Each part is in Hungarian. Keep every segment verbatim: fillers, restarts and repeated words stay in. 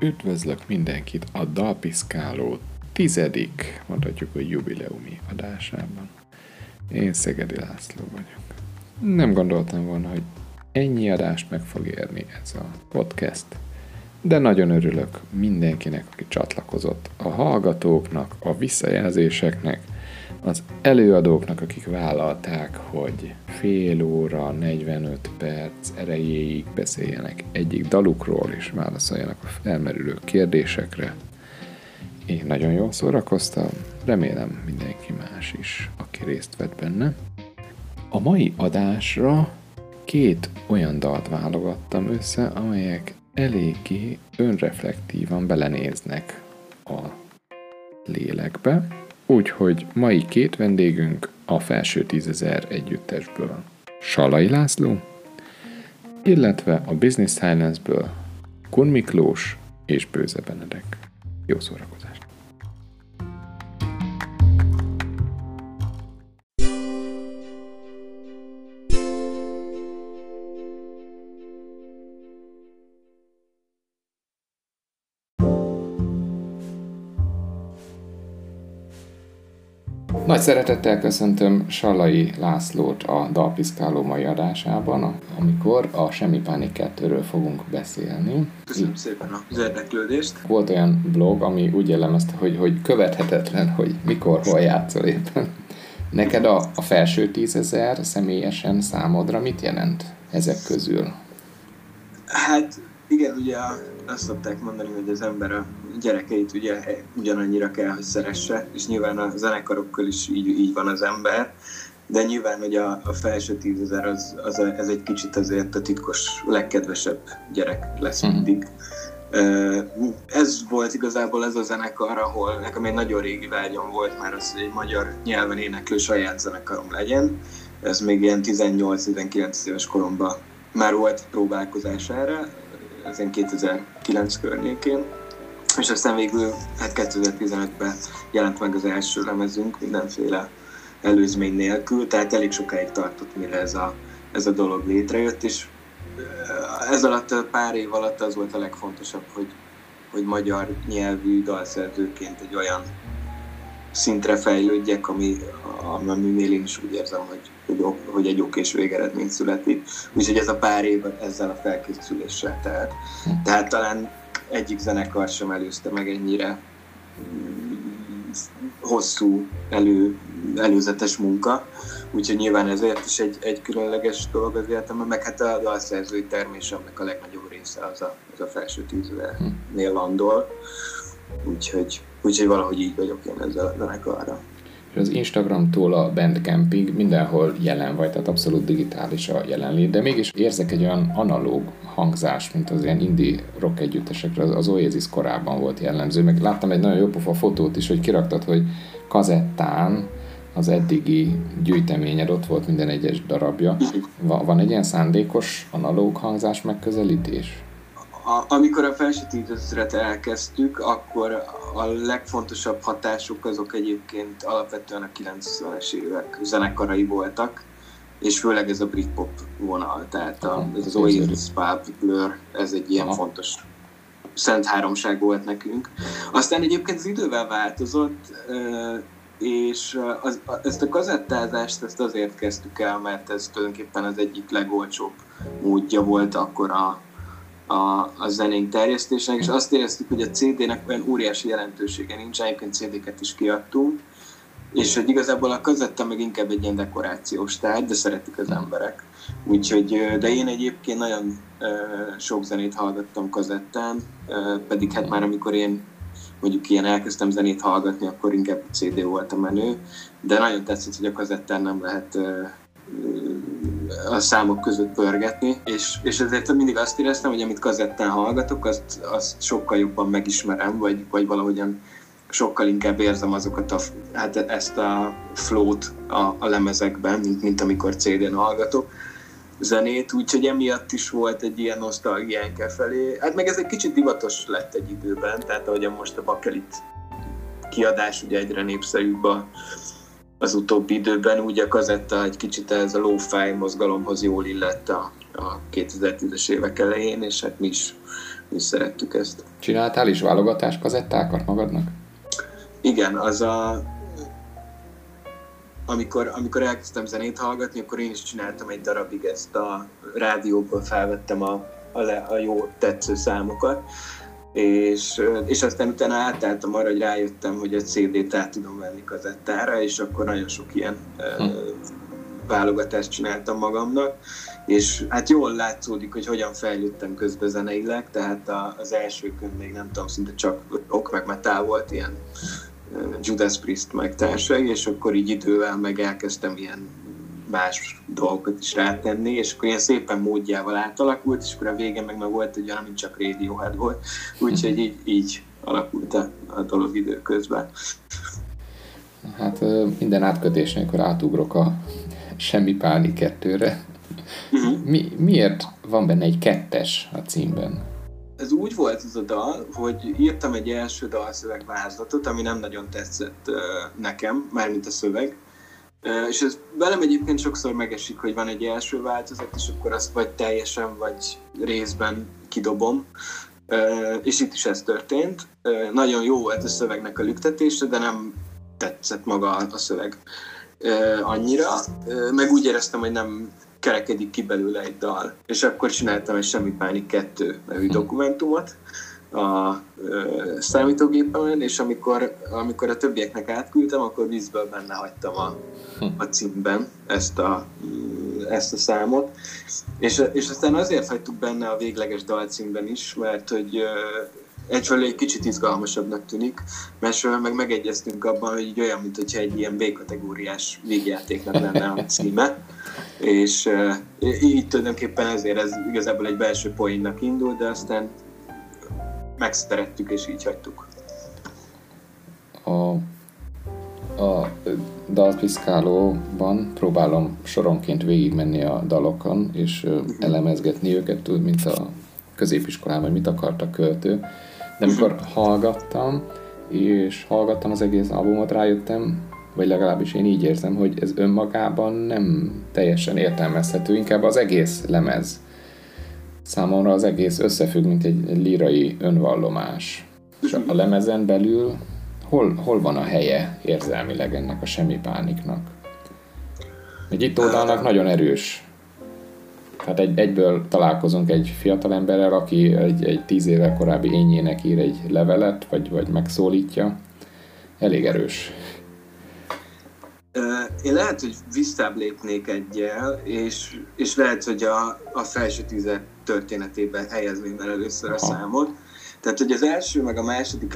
Üdvözlök mindenkit a Dalpiszkáló tizedik, mondhatjuk, hogy jubileumi adásában. Én Szegedi László vagyok. Nem gondoltam volna, hogy ennyi adást meg fog érni ez a podcast, de nagyon örülök mindenkinek, aki csatlakozott, a hallgatóknak, a visszajelzéseknek, az előadóknak, akik vállalták, hogy fél óra, negyvenöt perc erejéig beszéljenek egyik dalukról, és válaszoljanak a felmerülő kérdésekre. Én nagyon jól szórakoztam, remélem mindenki más is, aki részt vett benne. A mai adásra két olyan dalt válogattam össze, amelyek eléggé önreflektívan belenéznek a lélekbe, úgyhogy mai két vendégünk a Felső Tízezer együttesből Sallai László, illetve a Business Silence-ből Kun Miklós és Bőze Benedek. Jó szórakozást! Nagy szeretettel köszöntöm Sallai Lászlót a Dalpiszkáló mai adásában, amikor a Semmi Pánik kettőről fogunk beszélni. Köszönöm szépen az érdeklődést. Volt olyan blog, ami úgy jellemezte, hogy, hogy követhetetlen, hogy mikor, hol játszol éppen. Neked a, a Felső Tízezer személyesen számodra mit jelent ezek közül? Hát igen, ugye azt szokták mondani, hogy az ember a gyerekeit ugye ugyanannyira kell, hogy szeresse, és nyilván a zenekarokkal is így, így van az ember, de nyilván, hogy a, a Felső Tízezer az, az a, ez egy kicsit azért a titkos, legkedvesebb gyerek lesz mindig. Uh-huh. Ez volt igazából ez a zenekar, ahol nekem egy nagyon régi vágyam volt már az, hogy egy magyar nyelven éneklő saját zenekarom legyen. Ez még ilyen tizennyolc-tizenkilenc éves koromban már volt próbálkozás erre, ez én kétezer-kilenc környékén, és aztán végül hát kétezer-tizenötben jelent meg az első lemezünk mindenféle előzmény nélkül, tehát elég sokáig tartott, mire ez a, ez a dolog létrejött, és ez alatt a pár év alatt az volt a legfontosabb, hogy, hogy magyar nyelvű dalszerzőként egy olyan szintre fejlődjek, ami, aminél én is úgy érzem, hogy, hogy, hogy egy okés végeredmény születik. Úgyhogy ez a pár év ezzel a felkészüléssel telt. Tehát talán egyik zenekar sem előzte meg ennyire hosszú elő, előzetes munka, úgyhogy nyilván ezért is egy, egy különleges dolog az életemben, meg hát a dalszerzői termésemnek a legnagyobb része az a, az a Felső Tízezernél landol, úgyhogy, úgyhogy valahogy így vagyok én ezzel a zenekarra. És az Instagramtól a Bandcampig mindenhol jelen vagy, tehát abszolút digitális a jelenlét, de mégis érzek egy olyan analóg hangzást, mint az ilyen indie rock együttesekre, az Oasis korábban volt jellemző, meg láttam egy nagyon jó pofa fotót is, hogy kiraktad, hogy kazettán az eddigi gyűjteményed, ott volt minden egyes darabja. Van egy ilyen szándékos analóg hangzás megközelítés? A, amikor a Felső Tízezret elkezdtük, akkor a legfontosabb hatások azok egyébként alapvetően a kilencvenes évek zenekarai voltak, és főleg ez a Britpop vonal, tehát a, ez az Oasis, Pulp, Blur, ez egy ilyen Aha. fontos szent háromság volt nekünk. Aztán egyébként az idővel változott, és az, ezt a kazettázást ezt azért kezdtük el, mert ez tulajdonképpen az egyik legolcsóbb módja volt akkor a A, a zenénk terjesztésnek, és azt éreztük, hogy a cé dé-nek olyan óriási jelentősége nincs, egyébként cé dé-ket is kiadtunk, és hogy igazából a kazetta meg inkább egy ilyen dekorációs tárgy, de szeretik az emberek. Úgyhogy, de én egyébként nagyon uh, sok zenét hallgattam kazettán, uh, pedig hát már amikor én mondjuk ilyen elkezdtem zenét hallgatni, akkor inkább a cé dé volt a menő, de nagyon tetszett, hogy a kazettán nem lehet uh, a számok között pörgetni, és, és ezért mindig azt éreztem, hogy amit kazettán hallgatok, azt, azt sokkal jobban megismerem, vagy, vagy valahogyan sokkal inkább érzem azokat a, hát ezt a flow-t a, a lemezekben, mint, mint amikor cé dén hallgatok zenét, úgyhogy emiatt is volt egy ilyen nosztalgiánk e felé. Hát meg ez egy kicsit divatos lett egy időben, tehát ahogyan most a Bakelit kiadás ugye egyre népszerűbb a az utóbbi időben, úgy a kazetta egy kicsit ez a lo-fi mozgalomhoz jól illett a, a kétezer-tízes évek elején, és hát mi is és szerettük ezt. Csináltál is válogatás kazettákat magadnak? Igen, az a... Amikor, amikor elkezdtem zenét hallgatni, akkor én is csináltam egy darabig ezt a rádióból, felvettem a, a, le, a jó tetsző számokat, és, és aztán utána átálltam arra, hogy rájöttem, hogy egy cé dét át tudom venni kazettára, és akkor nagyon sok ilyen hm. válogatást csináltam magamnak, és hát jól látszódik, hogy hogyan fejlődtem közben zeneileg, tehát az elsőkön még nem tudom, szinte csak rock meg metal volt, ilyen Judas Priest meg társai, és akkor így idővel meg elkezdtem ilyen más dolgokat is rátenni, és akkor ilyen szépen módjával átalakult, és akkor a végén meg meg volt egy olyan, mint csak Radiohead volt, úgyhogy így, így alakult a, a dolog időközben. Hát minden átkötésnél, akkor átugrok a Semmi Pánik kettőre. Uh-huh. Mi, miért van benne egy kettes a címben? Ez úgy volt ez a dal, hogy írtam egy első dalszövegvázlatot, ami nem nagyon tetszett uh, nekem, mármint a szöveg. Uh, és ez velem egyébként sokszor megesik, hogy van egy első változat, és akkor azt vagy teljesen, vagy részben kidobom. Uh, és itt is ez történt. Uh, nagyon jó volt a szövegnek a lüktetése, de nem tetszett maga a szöveg uh, annyira. Uh, meg úgy éreztem, hogy nem kerekedik ki belőle egy dal. És akkor csináltam egy Semmi Pánik kettő nevű dokumentumot a ö, számítógépemen, és amikor, amikor a többieknek átküldtem, akkor vízből benne hagytam a, a címben ezt a, ezt a számot. És, és aztán azért hagytuk benne a végleges dalcímben is, mert hogy ö, egyfelől egy kicsit izgalmasabbnak tűnik, másról meg megegyeztünk abban, hogy így olyan, mintha egy ilyen B-kategóriás végjátéknak lenne a címe. És uh, így tulajdonképpen ezért ez igazából egy belső poénnak indul, de aztán megszerettük és így hagytuk. A, a dalpiszkálóban próbálom soronként végigmenni a dalokon, és uh, elemezgetni őket, mint a középiskolában, hogy mit akart a költő. De amikor hallgattam, és hallgattam az egész albumot, rájöttem, vagy legalábbis én így érzem, hogy ez önmagában nem teljesen értelmezhető, inkább az egész lemez. Számomra az egész összefügg, mint egy lírai önvallomás. És a lemezen belül hol, hol van a helye érzelmileg ennek a Semmi Pániknak? Egy itt oldalnak nagyon erős. Tehát egy, egyből találkozunk egy fiatalemberrel, aki egy, egy tíz évvel korábbi énjének ír egy levelet, vagy, vagy megszólítja. Elég erős. Én lehet, hogy visszább lépnék egyel, és, és lehet, hogy a, a felső tízek történetében helyezném el először a számot. Tehát, hogy az első meg a második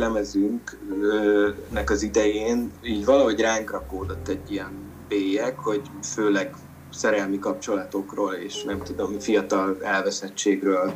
lemezünknek az idején így valahogy ránk rakódott egy ilyen bélyeg, hogy főleg szerelmi kapcsolatokról és nem tudom, fiatal elveszettségről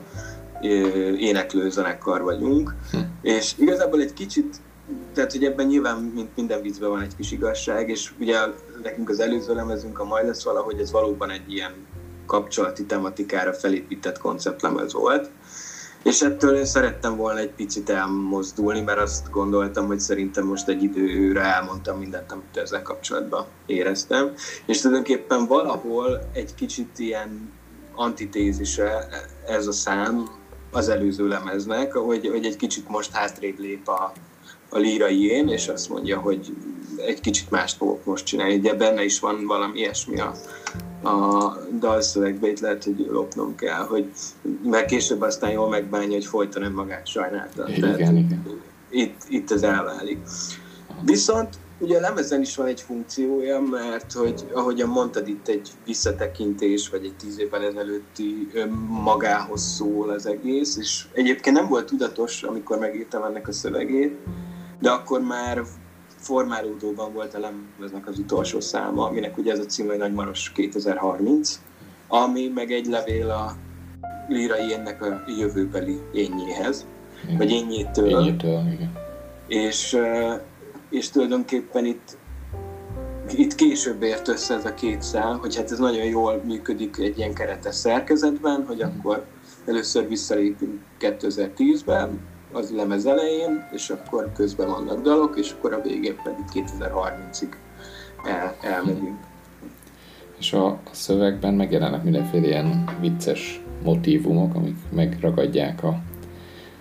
éneklő zenekar vagyunk. Hm. És igazából egy kicsit, tehát hogy ebben nyilván mint minden viccben van egy kis igazság, és ugye nekünk az előző lemezünk, a Majd lesz valahogy, ez valóban egy ilyen kapcsolati tematikára felépített konceptlemez volt. És ettől én szerettem volna egy picit elmozdulni, mert azt gondoltam, hogy szerintem most egy időre elmondtam mindent, amit ezzel kapcsolatban éreztem. És tulajdonképpen valahol egy kicsit ilyen antitézise ez a szám az előző lemeznek, hogy, hogy egy kicsit most hátrébb lép a, a lírai én, és azt mondja, hogy egy kicsit mást fogok most csinálni. Ugye benne is van valami ilyesmi a, a dalszövegbe, itt lehet, hogy lopnom kell, hogy meg később aztán jól megbánja, hogy folyton önmagát sajnálta. Igen, Tehát, igen. Itt, itt ez elválik. Viszont ugye a lemezen is van egy funkciója, mert hogy ahogyan mondtad, itt egy visszatekintés, vagy egy tíz évvel ezelőtti magához szól az egész, és egyébként nem volt tudatos, amikor megírtam ennek a szövegét, de akkor már formálódóban volt a lemeznek az utolsó száma, aminek ugye ez a cím, hogy Nagymaros kétezer-harminc, ami meg egy levél a lírai énnek a jövőbeli énjéhez, igen. Vagy énjétől. Énjétől, igen. És, és tulajdonképpen itt, itt később ért össze ez a két szám, hogy hát ez nagyon jól működik egy ilyen keretes szerkezetben, hogy akkor először visszalépünk kétezer-tízben, az lemez elején, és akkor közben vannak dalok, és akkor a végén pedig kétezer-harmincig el, elmegyünk. És a, a szövegben megjelennek mindenféle ilyen vicces motívumok, amik megragadják a,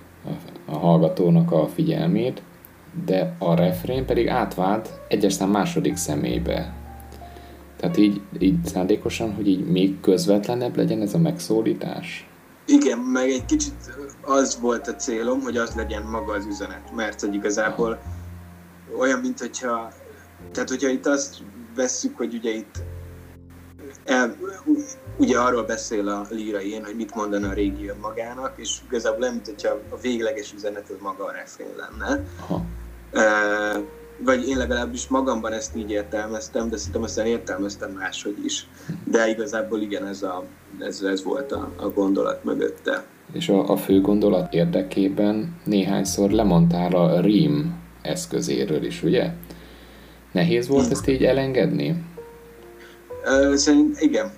a hallgatónak a figyelmét, de a refrén pedig átvált egyes szám második személybe. Tehát így, így szándékosan, hogy így még közvetlenebb legyen ez a megszólítás? Igen, meg egy kicsit az volt a célom, hogy az legyen maga az üzenet, mert hogy igazából olyan, mint hogyha, tehát hogyha itt azt vesszük, hogy ugye itt el, ugye arról beszél a lírai, hogy mit mondana a régi önmagának, és igazából nem, mint hogyha a végleges üzenet az maga a refrén lenne. Aha. E, vagy én legalábbis magamban ezt így értelmeztem, de szerintem aztán értelmeztem máshogy is. De igazából igen, ez, a, ez, ez volt a, a gondolat mögötte. És a, a fő gondolat érdekében néhányszor lemondtál a rím eszközéről is, ugye? Nehéz volt hmm. ezt így elengedni? Szerint igen.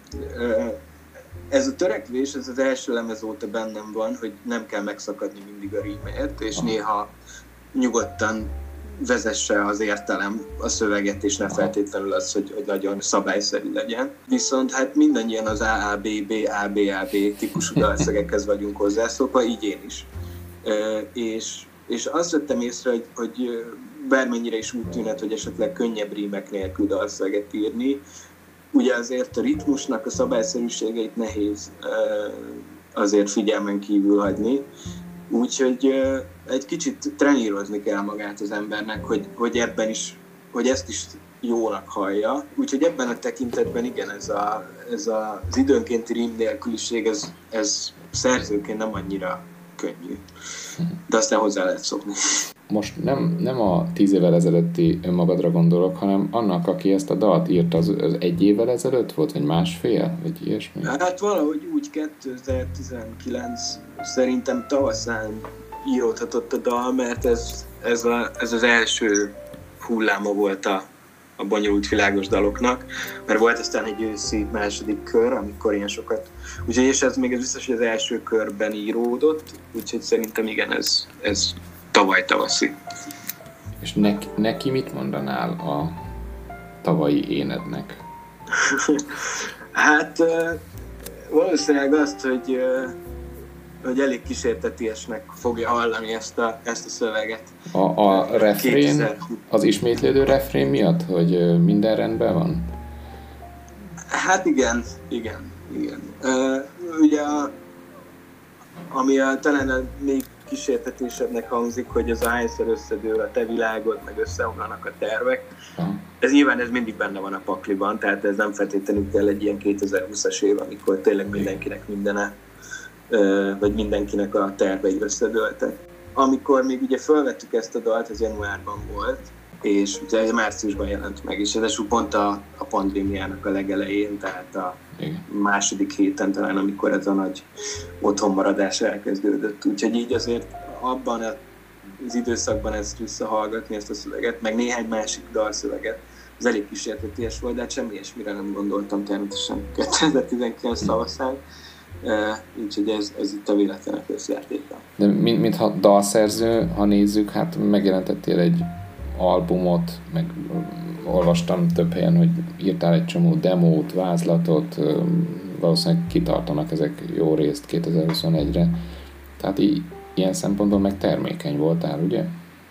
Ez a törekvés, ez az első lemez óta bennem van, hogy nem kell megszakadni mindig a rímért, és Aha. néha nyugodtan vezesse az értelem a szöveget, és ne Aha. feltétlenül az, hogy, hogy nagyon szabályszerű legyen. Viszont hát mindannyian az á á bé bé, á bé á bé típusú dalszövegekhez vagyunk hozzászokva, így én is. És, és azt vettem észre, hogy, hogy bármennyire is úgy tűnhet, hogy esetleg könnyebb rímek nélkül dalszöveget írni, ugye azért a ritmusnak a szabályszerűségeit nehéz azért figyelmen kívül hagyni, úgyhogy egy kicsit trenírozni kell magát az embernek, hogy, hogy ebben is, hogy ezt is jónak hallja. Úgyhogy ebben a tekintetben igen, ez, a, ez a, az időnkénti rím nélküliség, ez, ez szerzőként nem annyira könnyű, de aztán hozzá lehet szokni. Most nem, nem a tíz évvel ezelőtti önmagadra gondolok, hanem annak, aki ezt a dalt írt, az, az egy évvel ezelőtt volt, vagy másfél, vagy ilyesmi? Hát valahogy úgy kétezer-tizenkilenc szerintem tavaszán íródhatott a dal, mert ez, ez, a, ez az első hulláma volt a, a bonyolult világos daloknak, mert volt aztán egy őszi második kör, amikor ilyen sokat, úgyhogy és ez még ez biztos, hogy az első körben íródott, úgyhogy szerintem igen, ez, ez tavaly tavaszi. És neki, neki mit mondanál a tavalyi énednek? Hát valószínűleg azt, hogy, hogy elég kísértetiesnek fogja hallani ezt a, ezt a szöveget. A, a refrén, kétezer az ismétlődő refrén miatt, hogy minden rendben van? Hát igen, igen, igen. Uh, ugye a, ami a, talán a még kísértetésebbnek hangzik, hogy ez a hányszor összedől a te világod, meg összeomlanak a tervek. Aha. Ez nyilván ez mindig benne van a pakliban, tehát ez nem feltétlenül kell egy ilyen kétezer-húszas év, amikor tényleg mindenkinek mindene, vagy mindenkinek a tervei összedőltek. Amikor még ugye felvettük ezt a dalt, ez januárban volt, és ugye márciusban jelent meg, és ez pont a, a pandémiának a legelején, tehát a Igen. második héten talán, amikor ez a nagy otthonmaradás elkezdődött. Úgyhogy így azért abban az időszakban ezt visszahallgatni, ezt a szöveget, meg néhány másik dalszöveget, az elég kísérteties volt, de hát semmi ilyesmire nem gondoltam természetesen kétezer-tizenkilenc tavaszán. Úgyhogy ez, ez itt a véletlenek összjátéka. De mint, mintha dalszerző, ha nézzük, hát megjelentettél egy albumot, meg olvastam több helyen, hogy írtál egy csomó demót, vázlatot, valószínűleg kitartanak ezek jó részt kétezer-huszonegyre. Tehát így, ilyen szempontból meg termékeny voltál, ugye?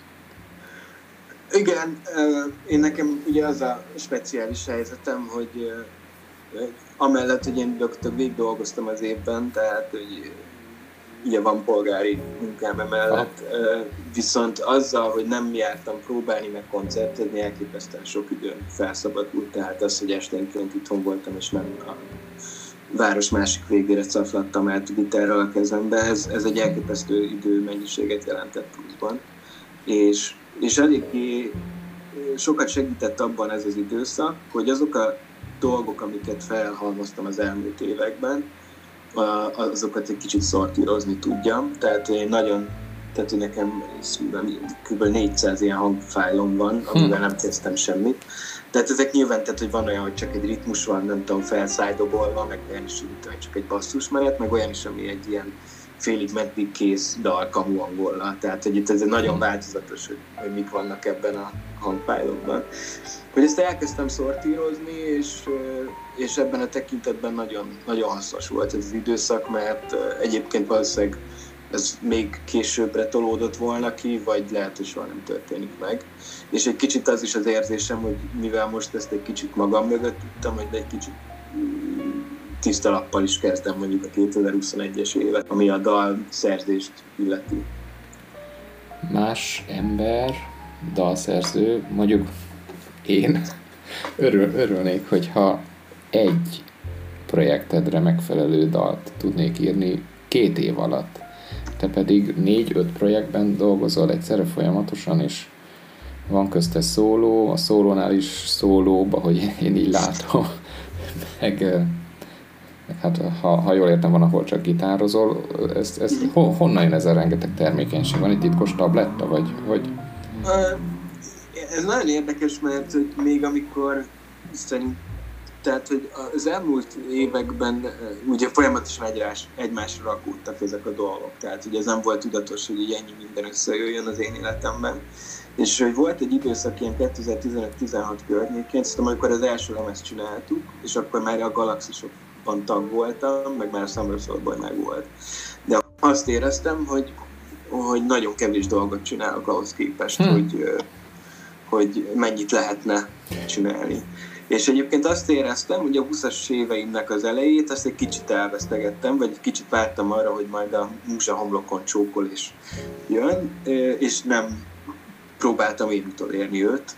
Igen, én nekem ugye az a speciális helyzetem, hogy amellett, hogy én gyakorlatilag végig dolgoztam az évben, tehát hogy ugye van polgári munkám emellett, ah. viszont azzal, hogy nem jártam próbálni, meg koncertezni, elképesztően sok időn felszabadult, tehát az, hogy esténként itthon voltam, és nem a város másik végére caflattam át a gitárral a kezembe, ez, ez egy elképesztő időmennyiséget jelentett pluszban, és, és eléggé sokat segített abban ez az időszak, hogy azok a dolgok, amiket felhalmoztam az elmúlt években, azokat egy kicsit szortírozni tudjam. Tehát én nagyon, tehát hogy nekem kb. négyszáz ilyen hangfájlom van, amivel nem kezdtem semmit. Tehát ezek nyilván, tehát hogy van olyan, hogy csak egy ritmus van, nem tudom, felszájdobolva, meg olyan is, hogy csak egy basszusmenet, meg olyan is, ami egy ilyen félig meddig kész dal kamu angolla. Tehát, hogy itt ez nagyon változatos, hogy, hogy mik vannak ebben a hangfájlokban. Hogy ezt elkezdtem szortírozni, és, és ebben a tekintetben nagyon, nagyon hasznos volt ez az időszak, mert egyébként valószínűleg ez még későbbre tolódott volna ki, vagy lehet, hogy soha nem történik meg. És egy kicsit az is az érzésem, hogy mivel most ezt egy kicsit magam mögött tudtam, hogy egy kicsit tiszta lappal is kezdem mondjuk a kétezer-huszonegyes évet, ami a dal szerzést illeti. Más ember, dalszerző, mondjuk én örül, örülnék, hogyha egy projektedre megfelelő dalt tudnék írni két év alatt. Te pedig négy-öt projektben dolgozol egyszerre folyamatosan, és van közte szóló, a szólónál is szólóba, hogy én így látom, meg, meg hát ha, ha jól értem, van, ahol csak gitározol, ez, ez, honnan jön ez a rengeteg termékenység? Van egy titkos tabletta, vagy hogy? Ez nagyon érdekes, mert még amikor szerint, tehát hogy az elmúlt években ugye folyamatosan egymás, egymásra rakódtak ezek a dolgok, tehát ugye ez nem volt tudatos, hogy így ennyi minden összejöjjön az én életemben. És hogy volt egy időszak ilyen kétezer-tizenöt-tizenhat környékén, szóval amikor az első lemezt csináltuk, és akkor már a Galaxisokban tag voltam, meg már a Summer Soul-ból meg volt. De azt éreztem, hogy, hogy nagyon kevés dolgot csinálok ahhoz képest, hmm. hogy, hogy mennyit lehetne csinálni. És egyébként azt éreztem, hogy a huszas éveimnek az elejét azt egy kicsit elvesztegettem, vagy egy kicsit vártam arra, hogy majd a múzsa homlokon csókol és jön, és nem próbáltam én utolérni őt.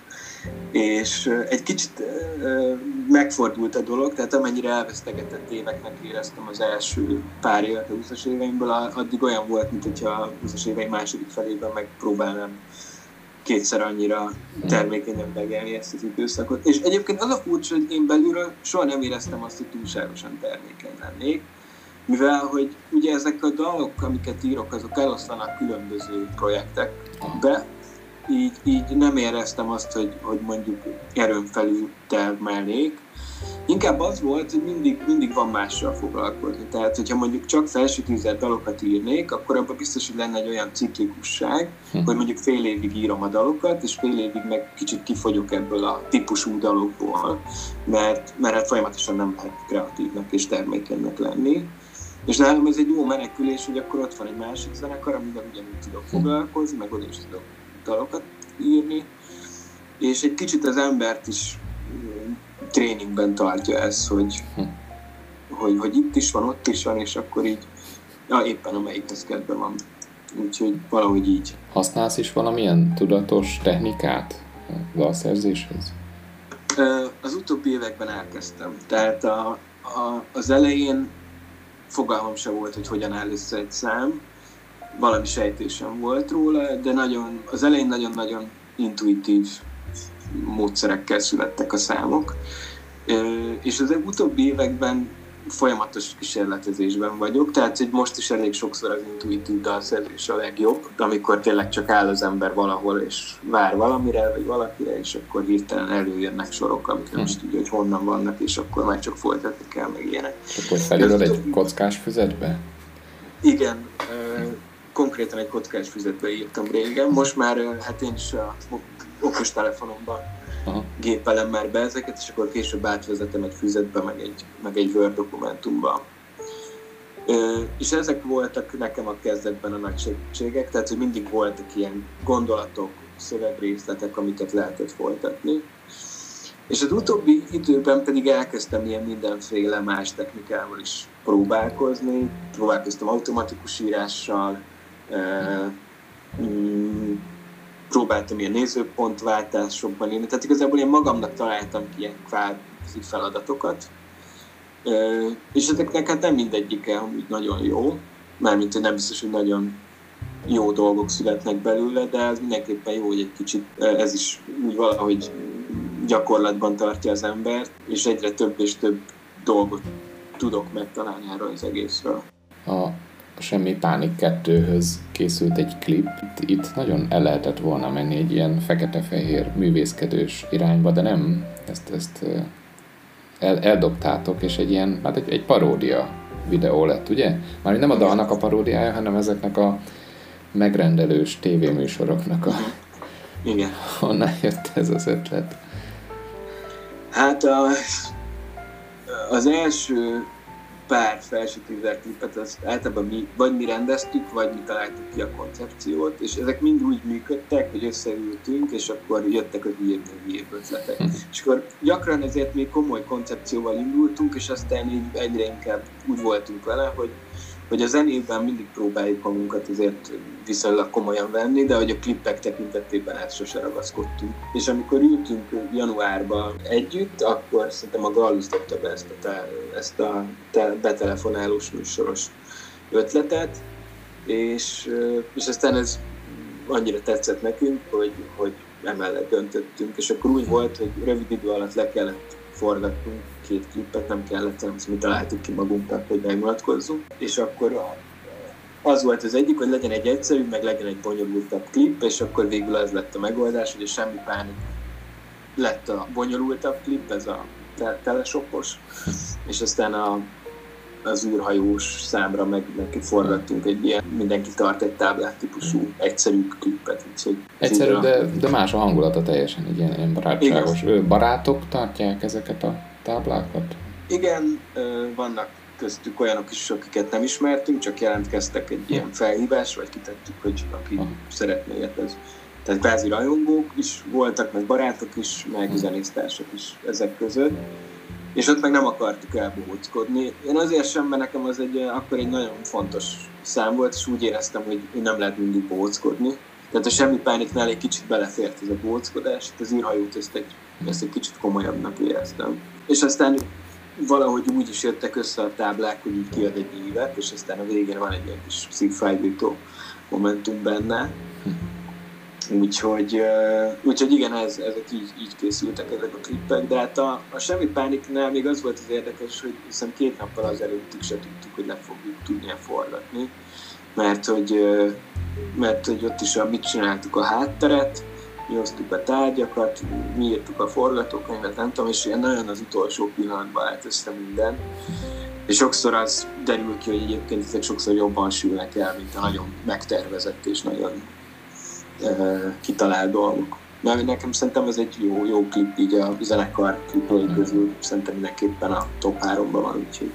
És egy kicsit megfordult a dolog, tehát amennyire elvesztegetett éveknek éreztem az első pár évet a huszas éveimből, addig olyan volt, mint hogyha a huszas éveim második felében megpróbálnám kétszer annyira termékenyen megelni ezt az időszakot. És egyébként az a furcsa, hogy én belülről soha nem éreztem azt, hogy túlságosan termékeny lennék, mivel hogy ugye ezek a dalok, amiket írok, azok elosztanak különböző projektekbe, így, így nem éreztem azt, hogy, hogy mondjuk erőn felül termelnék. Inkább az volt, hogy mindig, mindig van mással foglalkozni. Tehát, hogyha mondjuk csak felsőtízert dalokat írnék, akkor abban biztos, hogy lenne egy olyan ciklikusság, hm. hogy mondjuk fél évig írom a dalokat, és fél évig meg kicsit kifogyok ebből a típusú dalokból, mert, mert hát folyamatosan nem lehet kreatívnak és termékenynek lenni. És nálam ez egy jó menekülés, hogy akkor ott van egy másik zenekar, amivel ugyanúgy tudok foglalkozni, meg oda is tudok dalokat írni, és egy kicsit az embert is tréningben tartja ez, hogy, hm. hogy, hogy itt is van, ott is van, és akkor így ja, éppen amelyikhez kedve van. Úgyhogy valahogy így. Használsz is valamilyen tudatos technikát a dalszerzéshez? Az utóbbi években elkezdtem. Tehát a, a, az elején fogalmam sem volt, hogy hogyan áll össze egy szám. Valami sejtésem volt róla, de nagyon, az elején nagyon-nagyon intuitív módszerekkel születtek a számok. És az utóbbi években folyamatos kísérletezésben vagyok, tehát hogy most is elég sokszor az intuitív dalszerzés a legjobb, amikor tényleg csak áll az ember valahol és vár valamire, vagy valakire, és akkor hirtelen előjönnek sorok, amik nem is tudja, hogy honnan vannak, és akkor már csak folytatni kell, meg ilyenek. És akkor felírod egy kockás füzetbe? Igen, konkrétan egy kockás füzetbe írtam régen, most már hát én is a okostelefonomban Aha. gépelem már be ezeket, és akkor később átvezetem egy füzetbe, meg egy, meg egy Word dokumentumba. Ö, és ezek voltak nekem a kezdetben a nagy segítségek, tehát hogy mindig voltak ilyen gondolatok, szövegrészletek, amiket lehetett folytatni. És az utóbbi időben pedig elkezdtem ilyen mindenféle más technikával is próbálkozni. Próbálkoztam automatikus írással, ö, mm, próbáltam ilyen nézőpontváltásokban írni, tehát igazából én magamnak találtam ki ilyen kvázi feladatokat, és ezeknek hát nem mindegyike amúgy nagyon jó, mármint hogy nem biztos, hogy nagyon jó dolgok születnek belőle, de ez mindenképpen jó, hogy egy kicsit ez is úgy valahogy gyakorlatban tartja az embert, és egyre több és több dolgot tudok megtalálni erről az egészről. A Semmi Pánik kettőhöz készült egy klip. Itt, itt nagyon el lehetett volna menni egy ilyen fekete-fehér művészkedős irányba, de nem. Ezt, ezt el, eldobtátok, és egy ilyen, hát egy, egy paródia videó lett, ugye? Már nem a dalnak a paródiája, hanem ezeknek a megrendelős tévéműsoroknak a... Igen. Honnan jött ez az ötlet? Hát a, az első pár felső tízer klipet, azt általában mi, vagy mi rendeztük, vagy mi találtuk ki a koncepciót, és ezek mind úgy működtek, hogy összeültünk, és akkor jöttek a hülyébb, hülyébb ötletek. Hm. És akkor gyakran ezért még komoly koncepcióval indultunk, és aztán így egyre inkább úgy voltunk vele, hogy hogy a zenében mindig próbáljuk magunkat azért viszonylag komolyan venni, de hogy a klippek tekintetében ezt sose ragaszkodtunk. És amikor ültünk januárban együtt, akkor szerintem a Gallus dobta be ezt a, te, ezt a te, betelefonálós műsoros ötletet, és, és aztán ez annyira tetszett nekünk, hogy, hogy emellett döntöttünk, és akkor úgy volt, hogy rövid idő alatt le kellett forgatnunk két klippet, nem kellett, hanem mi találtuk ki magunknak, hogy megmutatkozzunk. És akkor az volt az egyik, hogy legyen egy egyszerű, meg legyen egy bonyolultabb klip, és akkor végül az lett a megoldás, hogy a Semmi Pánik lett a bonyolultabb klip, ez a teleshopos, és aztán a, az űrhajós számra meg, meg forgattunk egy ilyen mindenki tart egy táblát típusú egyszerű klippet. Úgyhogy egyszerű, de, de más a hangulata teljesen, egy ilyen, ilyen barátságos. Igen. Barátok tartják ezeket a táblákat? Igen, vannak köztük olyanok is, akiket nem ismertünk, csak jelentkeztek egy ilyen felhívás, vagy kitettük, hogy aki Aha. szeretné ilyet. Ez. Tehát kvázi rajongók is voltak, meg barátok is, meg hmm. zenésztársak is ezek között. És ott meg nem akartuk elbohóckodni. Én azért sem, mert nekem az egy, akkor egy nagyon fontos szám volt, és úgy éreztem, hogy nem lehet mindig bohóckodni. Tehát a Semmi Pániknál egy kicsit belefért ez a bohóckodás, az űrhajót ezt egy, ezt egy kicsit komolyabbnak éreztem. És aztán valahogy úgy is jöttek össze a táblák, hogy így kiad egy évet, és aztán a végén van egy ilyen kis szívfájdító momentum benne. Úgyhogy, úgyhogy igen, ez, ezek így, így készültek ezek a klippek, de hát a, a Semmi Pániknál még az volt az érdekes, hogy hiszem két nappal az előttük se tudtuk, hogy le fogjuk tudni forgatni, mert hogy, mert hogy ott is a, mit csináltuk a hátteret, mi hoztuk a tárgyakat, mi írtuk a forgatókönyvet, nem tudom, és ilyen nagyon az utolsó pillanatban állt össze minden. És sokszor az derül ki, hogy egyébként ezek sokszor jobban sülnek el, mint a nagyon megtervezett és nagyon uh, kitalált dolgok. Na, nekem szerintem ez egy jó, jó klip, így a zenekar klipjei közül szerintem mindenképpen a top háromban van, úgyhogy.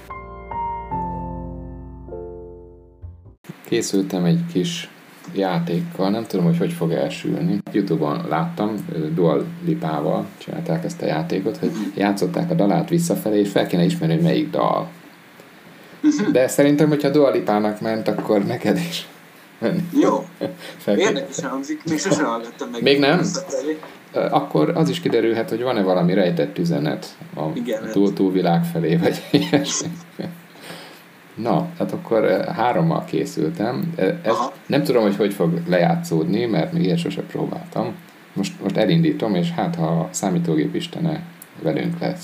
Készültem egy kis játékkal, nem tudom, hogy hogy fog elsülni. YouTube-on láttam, Dua Lipával csinálták ezt a játékot, hogy játszották a dalát visszafelé, és fel kéne ismerni, hogy melyik dal. De szerintem, hogyha Dua Lipának ment, akkor neked is menni. Jó. Érdekes hangzik, még sosem hallgattam meg. Még nem? Akkor az is kiderülhet, hogy van-e valami rejtett üzenet a túl, túlvilág felé, vagy ilyesmi. Na, hát akkor hárommal készültem. Ez, nem tudom, hogy hogy fog lejátszódni, mert még ilyet sose próbáltam. Most, most elindítom, és hát ha a számítógép istene velünk lesz.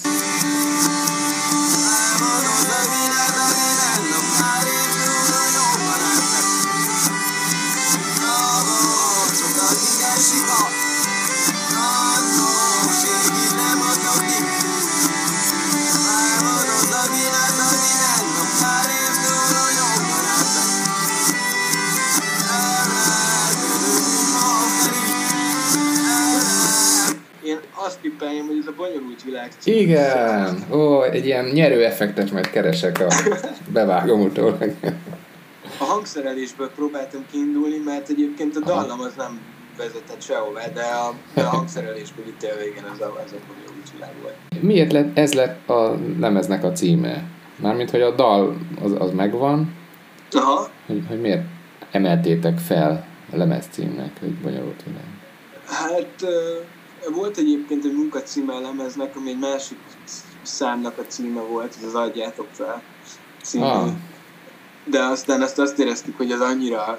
Azt tippeljem, hogy ez a bonyolult világ. Igen! Ó, egy ilyen nyerő effektet majd keresek, a bevágom utólag. A hangszerelésből próbáltam kiindulni, mert egyébként a dallam az nem vezetett sehová, de a, de a hangszerelésből itt a végén az a, az a bonyolult világ volt. Miért lett, ez lett a lemeznek a címe? Mármint, hogy a dal az, az megvan, Aha. Hogy, hogy miért emeltétek fel a lemez címnek, hogy bonyolult világ? Hát... Volt egyébként egy munkacíme a lemeznek, ami egy másik számnak a címe volt, ez az Adjátok fel címe. Ah. De aztán azt, azt éreztük, hogy ez annyira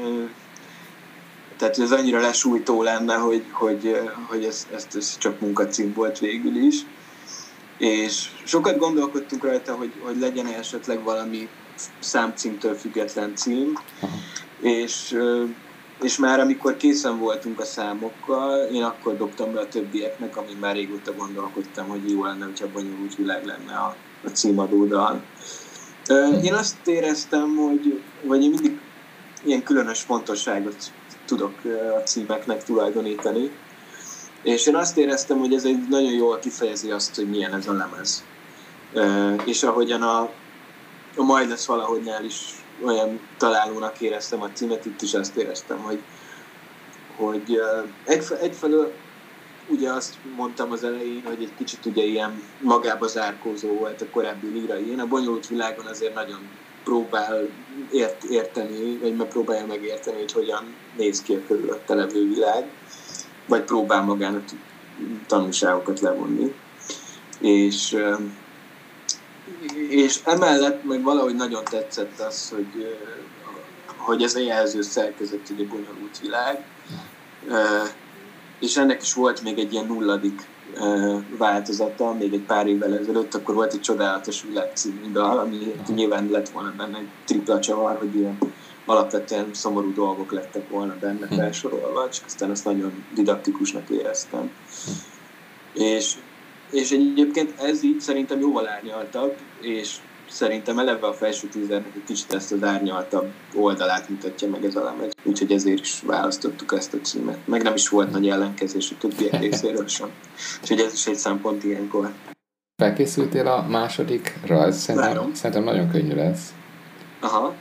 tehát ez annyira lesújtó lenne, hogy, hogy, hogy ez, ez, ez csak munkacím volt végül is. És sokat gondolkodtunk rajta, hogy, hogy legyen esetleg valami számcímtől független cím. Ah. És És már amikor készen voltunk a számokkal, én akkor dobtam be a többieknek, amin már régóta gondolkodtam, hogy jó lenne, hogyha bonyolult világ lenne a, a címadó dal. Én azt éreztem, hogy, hogy én mindig ilyen különös fontosságot tudok a címeknek tulajdonítani, és én azt éreztem, hogy ez egy nagyon jól kifejezi azt, hogy milyen ez a lemez. És ahogyan a a Majd lesz valahogy-nál is olyan találónak éreztem a címet, itt is azt éreztem, hogy, hogy egyf- egyfelől ugye azt mondtam az elején, hogy egy kicsit ugye ilyen magába zárkózó volt a korábbi lírai. Én a bonyolult világon azért nagyon próbál ért, érteni, vagy megpróbálja megérteni, hogy hogyan néz ki a körülötte levő világ, vagy próbál magának tanulságokat levonni. És, és emellett meg valahogy nagyon tetszett az, hogy, hogy ez a jelző szerkezet, ugye bonyolult világ, és ennek is volt még egy ilyen nulladik változata, még egy pár évvel ezelőtt, akkor volt egy Csodálatos Világ című dal, ami nyilván lett volna benne egy tripla csavar, hogy ilyen alapvetően szomorú dolgok lettek volna benne felsorolva, csak aztán azt nagyon didaktikusnak éreztem. És, és egyébként ez így szerintem jóval árnyaltabb, és szerintem eleve a felső tízernek egy kicsit ezt az árnyaltabb oldalát mutatja meg ez a lemez. Úgyhogy ezért is választottuk ezt a címet. Meg nem is volt nagy ellenkezés a többiek részéről sem. Úgyhogy ez is egy szempont ilyenkor. Felkészültél a másodikra? Ez szerintem, szerintem nagyon könnyű lesz. Aha.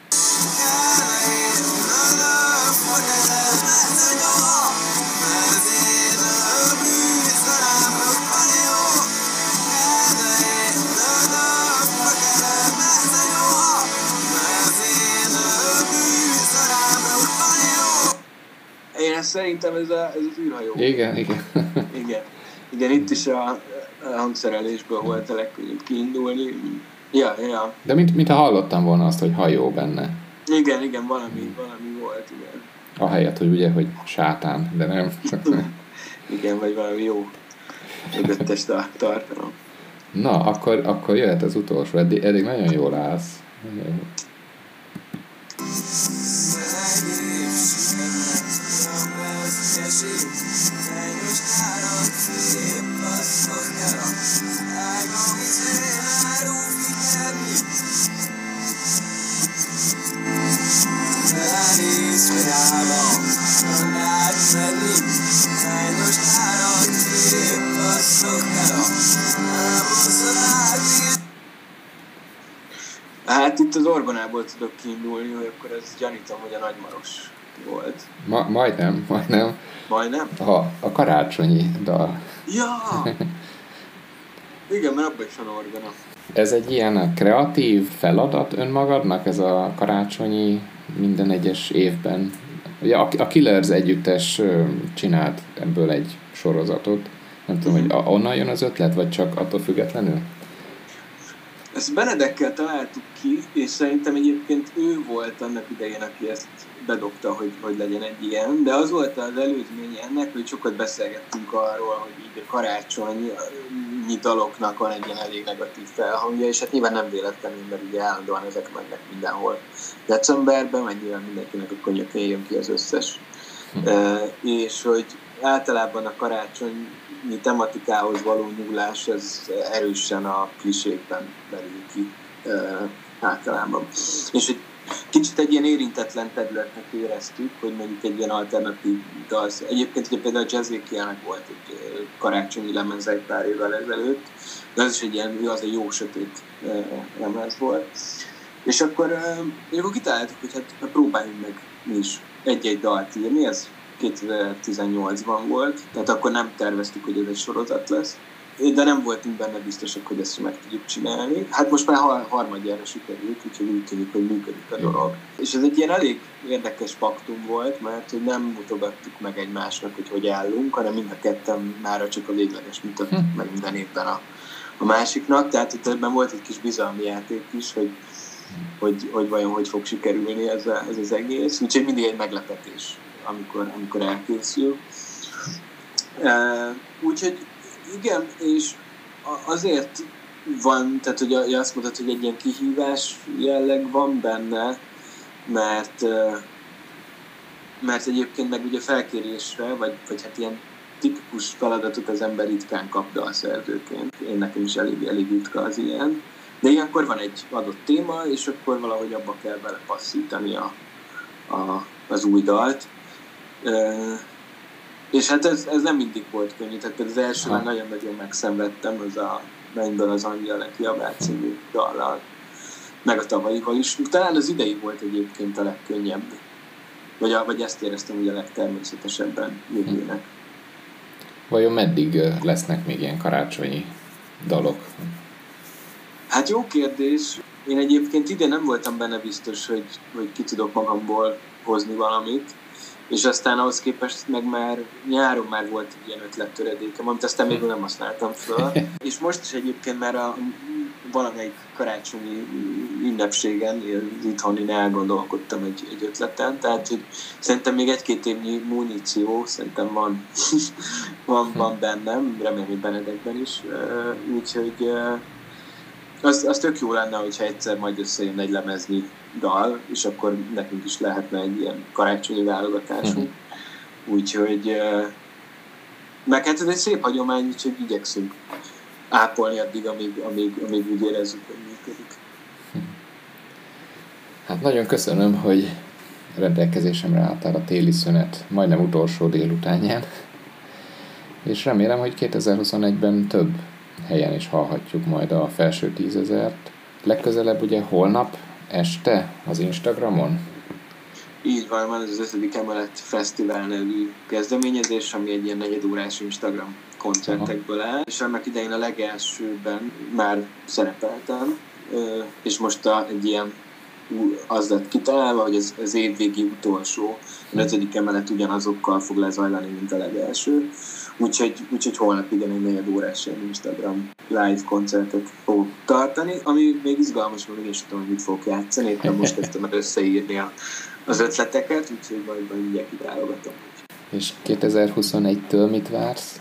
Én szerintem ez, a, ez az űrhajó. Igen, igen. igen. Igen, itt is a, a hangszerelésből volt a legkönnyebb kiindulni. Ja, ja. De mint, mintha hallottam volna azt, hogy hajó benne. Igen, igen, valami, valami volt, igen. Ahelyett, hogy ugye, hogy sátán, de nem. igen, vagy valami jó mögöttes tartalom. Na, akkor, akkor jöhet az utolsó. Eddig, eddig nagyon jól állsz. Hát itt az orgonából tudok kiindulni, hogy akkor ez gyanítom, hogy a Nagymaros volt. Ma, majdnem, majdnem. Majdnem? A, a karácsonyi dal. Ja! Igen, mert abban is van orgona. Ez egy ilyen kreatív feladat önmagadnak, ez a karácsonyi minden egyes évben. Ugye a Killers együttes csinált ebből egy sorozatot. Nem tudom, mm-hmm. hogy onnan jön az ötlet, vagy csak attól függetlenül? Ezt Benedekkel találtuk ki, és szerintem egyébként ő volt annak idején, aki ezt bedobta, hogy, hogy legyen egy ilyen, de az volt az előzménye ennek, hogy sokat beszélgettünk arról, hogy így a karácsonyi daloknak van egy ilyen elég negatív felhangja, és hát nyilván nem véletlenül, mert ugye állandóan ezek mennek mindenhol decemberben, meg nyilván mindenkinek a könyökén jön ki az összes. Hm. E, és hogy általában a karácsonyi tematikához való nyúlás, ez erősen a klisékben merül ki e, általában. És hogy kicsit egy ilyen érintetlen területnek éreztük, hogy mondjuk egy ilyen alternatív dal. Egyébként ugye például a Jazzékiának volt egy karácsonyi lemez egy pár évvel ezelőtt, de az is egy ilyen, az egy jó sötét lemez volt. És akkor, és akkor kitaláltuk, hogy hát próbáljunk meg mi is egy-egy dalt írni, ez kétezer-tizennyolcban volt, tehát akkor nem terveztük, hogy ez egy sorozat lesz, de nem voltunk benne biztosak, hogy ezt meg tudjuk csinálni. Hát most már harmadjára sikerült, úgyhogy úgy tűnik, hogy működik a dolog. És ez egy ilyen elég érdekes paktum volt, mert hogy nem mutogattuk meg egymásnak, hogy hogy állunk, hanem mind a ketten mára csak a végleges mutattuk hm. meg minden évben a, a másiknak. Tehát itt ebben volt egy kis bizalmi játék is, hogy, hogy, hogy vajon hogy fog sikerülni ez, a, ez az egész. Úgyhogy mindig egy meglepetés, amikor, amikor elkészül. Uh, úgyhogy igen, és azért van, tehát hogy azt mondtad, hogy egy ilyen kihívás jelleg van benne, mert, mert egyébként meg ugye felkérésre, vagy, vagy hát ilyen tipikus feladatot az ember ritkán kap dalszerzőként. Én nekem is elég, elég ritka az ilyen. De ilyenkor van egy adott téma, és akkor valahogy abba kell bele passzítani a, a, az új dalt. És hát ez, ez nem mindig volt könnyű, tehát az elsőben nagyon-nagyon megszenvedtem, az a Mennyből az angyal neki a című dallal. meg a tavalyival is. Talán az idei volt egyébként a legkönnyebb, vagy, a, vagy ezt éreztem, hogy a legtermészetesebben jövőnek. Vajon meddig lesznek még ilyen karácsonyi dalok? Hát jó kérdés. Én egyébként idén nem voltam benne biztos, hogy, hogy ki tudok magamból hozni valamit, és aztán ahhoz képest meg már nyáron már volt egy ilyen ötlettöredékem, amit aztán még nem használtam föl. És most is egyébként már a valamelyik karácsonyi ünnepségen, itthon elgondolkodtam egy, egy ötleten, tehát hogy szerintem még egy-két évnyi muníció szerintem van, van, van bennem, remélem, hogy Benedekben is, úgyhogy az, az tök jó lenne, hogyha egyszer majd összejön egy lemeznyi dal, és akkor nekünk is lehetne egy ilyen karácsonyi válogatásunk. Úgyhogy meg hát ez egy szép hagyomány, úgyhogy igyekszünk ápolni addig, amíg, amíg, amíg úgy érezzük, hogy működik. Hát nagyon köszönöm, hogy rendelkezésemre álltál a téli szünet majdnem utolsó délutánján, és remélem, hogy kétezer-huszonegyben több helyen is hallhatjuk majd a felső tízezert. Legközelebb ugye holnap este az Instagramon? Így van, van ez az ötödik emelet fesztivál nevű kezdeményezés, ami egy ilyen negyedórás Instagram koncertekből áll, és annak idején a legelsőben már szerepeltem, és most a, egy ilyen az lett kitalálva, hogy ez az évvégi utolsó, az ötödik emelet ugyanazokkal fog lezajlani, mint a legelső. Úgyhogy, úgyhogy holnap igen egy negyed órás Instagram live koncertet fogok tartani, ami még izgalmas, mert én is tudom, hogy mit fogok játszani. Éppen most kezdtem el összeírni a, az ötleteket, úgyhogy majd majd mindjárt kiválogatom. És kétezer-huszonegytől mit vársz?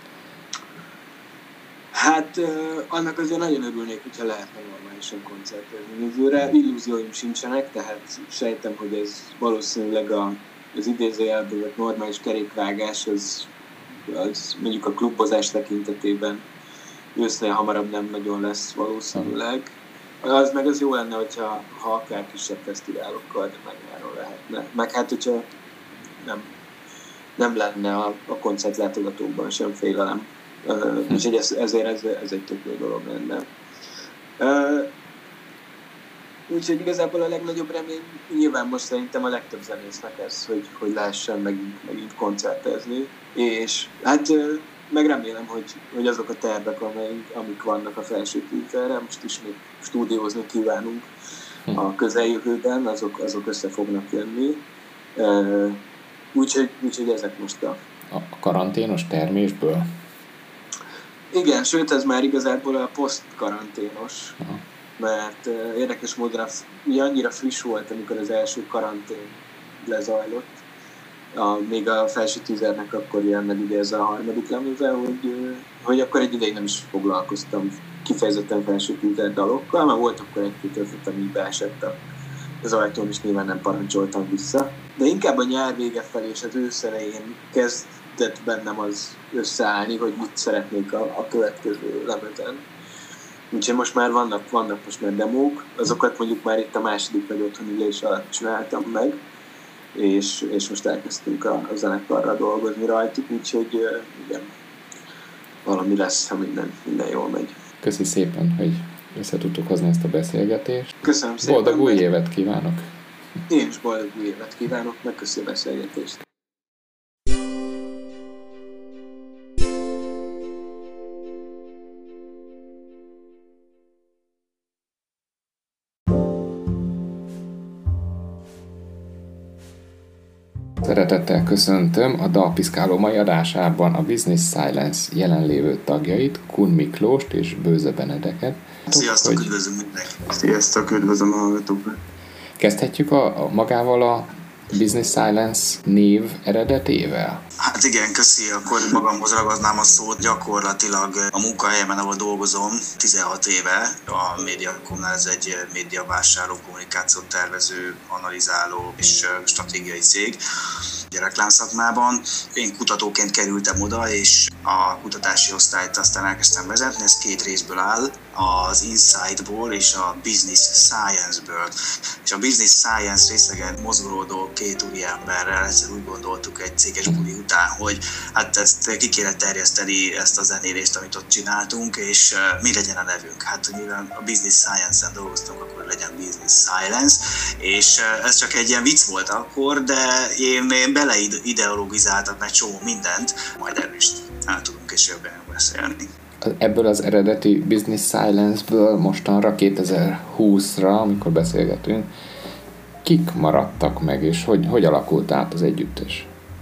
Hát uh, annak azért nagyon örülnék, hogyha lehetne normálisan koncertezni jövőre. Illúzióim sincsenek, tehát sejtem, hogy ez valószínűleg a, az idézőjelből vagy normális kerékvágás, az, az mondjuk a klubozás tekintetében ősznél hamarabb nem nagyon lesz valószínűleg. Az meg az jó lenne, hogyha ha akár kisebb fesztiválokkal, de meg nyáron lehetne. Meg hát, hogyha nem, nem lenne a, a koncertlátogatókban sem félelem. Uh, úgyhogy ez, ezért ez, ez egy tök jó dolog lenne. Uh, úgyhogy igazából a legnagyobb remény nyilván most szerintem a legtöbb zenésznek ez, hogy, hogy lehessen megint, megint koncertezni. És hát uh, meg remélem, hogy, hogy azok a tervek, amelyik, amik vannak a felső tízezerre, most ismét stúdiózni kívánunk a közeljövőben, azok, azok össze fognak jönni. Uh, úgyhogy, úgyhogy ezek most a... A karanténos termésből? Igen, sőt, ez már igazából a post-karanténos, uh-huh. mert uh, érdekes módon ugye annyira friss volt, amikor az első karantén lezajlott, a, még a felső tízezernek akkor jön meg ugye ez a harmadik lemeze, hogy, uh, hogy akkor egy ideig nem is foglalkoztam kifejezetten felső tízezer dalokkal, mert volt akkor egy-két ötlet, ami beesett az ajtón, és nyilván nem parancsoltam vissza. De inkább a nyár vége felé és az ősz elején kezd tett bennem az összeállni, hogy mit szeretnék a, a következő lemezen. Úgyhogy most már vannak, vannak most már demók, azokat mondjuk már itt a második vagy otthoni ülés alatt csináltam meg, és, és most elkezdtünk a, a zenekarra dolgozni rajtuk, úgyhogy igen, valami lesz, ha minden, minden jól megy. Köszi szépen, hogy össze tudtuk hozni ezt a beszélgetést. Köszönöm szépen. Boldog új évet kívánok! Én is boldog új évet kívánok, meg köszi a beszélgetést. Szeretettel köszöntöm a Dalpiszkáló mai adásában a Business Silence jelenlévő tagjait, Kun Miklóst és Bőze Benedeket. Sziasztok, hogy... üdvözlöm mindenkit! Sziasztok, üdvözlöm a hallgatókat! Kezdhetjük a, a magával a Business Silence név eredetével? Hát igen, köszi, akkor magamhoz ragadnám a szót. Gyakorlatilag a munkahelyemen, ahol dolgozom, tizenhat éve a Mediacomnál, ez egy médiavásárló, kommunikációt tervező, analizáló és stratégiai cég reklámszakmában. Én kutatóként kerültem oda, és a kutatási osztályt aztán elkezdtem vezetni, ez két részből áll, az Insight-ból és a Business Science-ből. És a Business Science részegen mozgolódó két úriemberrel egyszer úgy gondoltuk egy céges buli után, hogy hát ezt ki kéne terjeszteni, ezt a zenélést, amit ott csináltunk, és mi legyen a nevünk. Hát mivel a Business Science-en dolgoztunk, akkor legyen Business Silence, és ez csak egy ilyen vicc volt akkor, de én, én beleideologizáltam egy csomó mindent, majd erről is el tudunk később beszélni. Ebből az eredeti Business Silence-ből mostanra, kétezer-húszra, amikor beszélgetünk, kik maradtak meg, és hogy, hogy alakult át az együttes?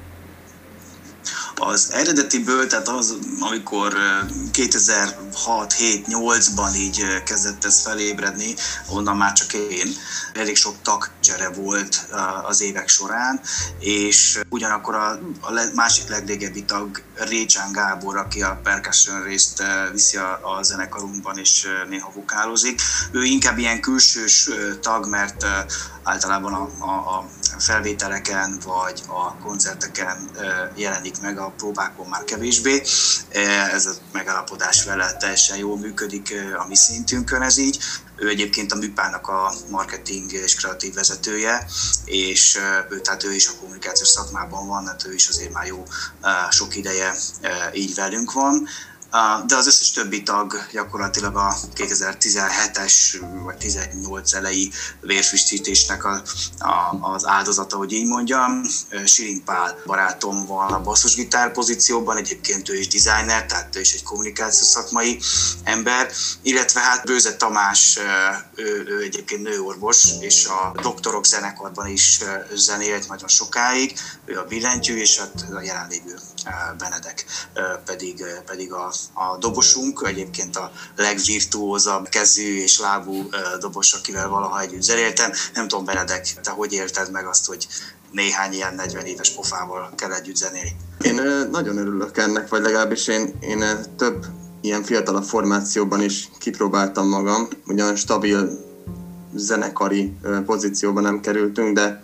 Az eredetiből, tehát az, amikor kétezer-hat hét nyolcban így kezdett ez felébredni, onnan már csak én. Elég sok tagcsere volt az évek során, és ugyanakkor a, a másik legrégebbi tag, Récsán Gábor, aki a percussion részt viszi a, a zenekarunkban, és néha vokálozik. Ő inkább ilyen külsős tag, mert általában a, a, a felvételeken vagy a koncerteken jelenik meg, a próbákon már kevésbé. Ez a megállapodás vele teljesen jól működik a mi szintünkön, ez így. Ő egyébként a Műpának a marketing és kreatív vezetője, és ő, tehát ő is a kommunikációs szakmában van, hát ő is azért már jó sok ideje így velünk van. De az összes többi tag gyakorlatilag a kétezer-tizenhetes vagy tizennyolc elejé vérfüstítésnek a, a, az áldozata, hogy így mondjam. Siling Pál barátom van a basszusgitár pozícióban, egyébként ő is designer, tehát ő is egy kommunikációs szakmai ember, illetve hát Bőze Tamás, ő, ő egyébként nőorvos, és a Doktorok zenekarban is zenélt nagyon sokáig, ő a billentyű, és a jelenlévő Benedek pedig, pedig a, a dobosunk, egyébként a legvirtuózabb kezű és lábú dobos, akivel valaha együtt zenéltem. Nem tudom, Benedek, te hogy élted meg azt, hogy néhány ilyen negyven éves pofával kell együtt zenélni? Én nagyon örülök ennek, vagy legalábbis én, én több ilyen fiatalabb formációban is kipróbáltam magam. Ugyan stabil zenekari pozícióban nem kerültünk, de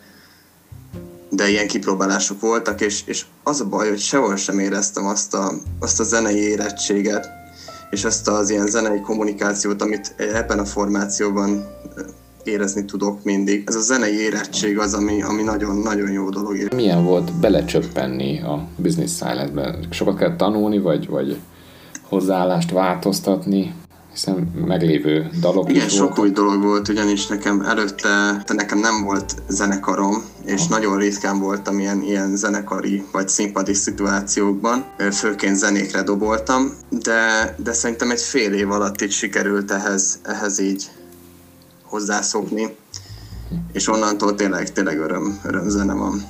de ilyen kipróbálások voltak, és, és az a baj, hogy sehol sem éreztem azt a, azt a zenei érettséget, és azt az ilyen zenei kommunikációt, amit ebben a formációban érezni tudok mindig. Ez a zenei érettség az, ami, ami nagyon, nagyon jó dolog. Milyen volt belecsöppenni a Business Silence-be? Sokat kell tanulni, vagy, vagy hozzáállást változtatni? Hiszen meglévő dalok Igen, is sok voltak. új dolog volt, ugyanis nekem előtte nekem nem volt zenekarom, és ha. nagyon ritkán voltam ilyen, ilyen zenekari vagy színpadi szituációkban, főként zenékre doboltam, de, de szerintem egy fél év alatt így sikerült ehhez, ehhez így hozzászokni, és onnantól tényleg, tényleg öröm, öröm zene van.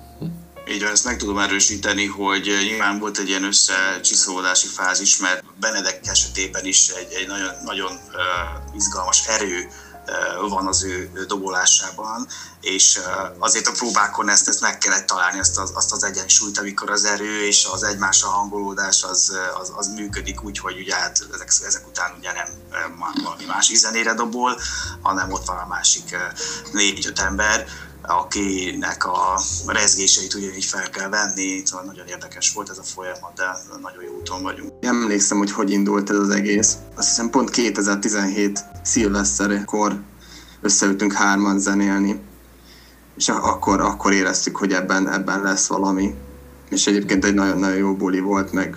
Így van, ezt meg tudom erősíteni, hogy nyilván volt egy ilyen összecsiszolódási fázis, mert Benedek esetében is egy, egy nagyon, nagyon uh, izgalmas erő uh, van az ő dobolásában, és uh, azért a próbákon ezt, ezt meg kellett találni, azt az, azt az egyensúlyt, amikor az erő és az egymásra hangolódás az, az, az működik úgy, hogy ugye hát ezek, ezek után ugye nem uh, valami másik zenére dobol, hanem ott van a másik uh, négy-öt ember, akinek a rezgéseit ugyanígy fel kell venni. Szóval nagyon érdekes volt ez a folyamat, de nagyon jó úton vagyunk. Emlékszem, hogy hogy indult ez az egész. Azt hiszem pont kétezer-tizenhét szilveszterkor összeültünk hárman zenélni, és akkor, akkor éreztük, hogy ebben, ebben lesz valami. És egyébként egy nagyon-nagyon jó buli volt, meg,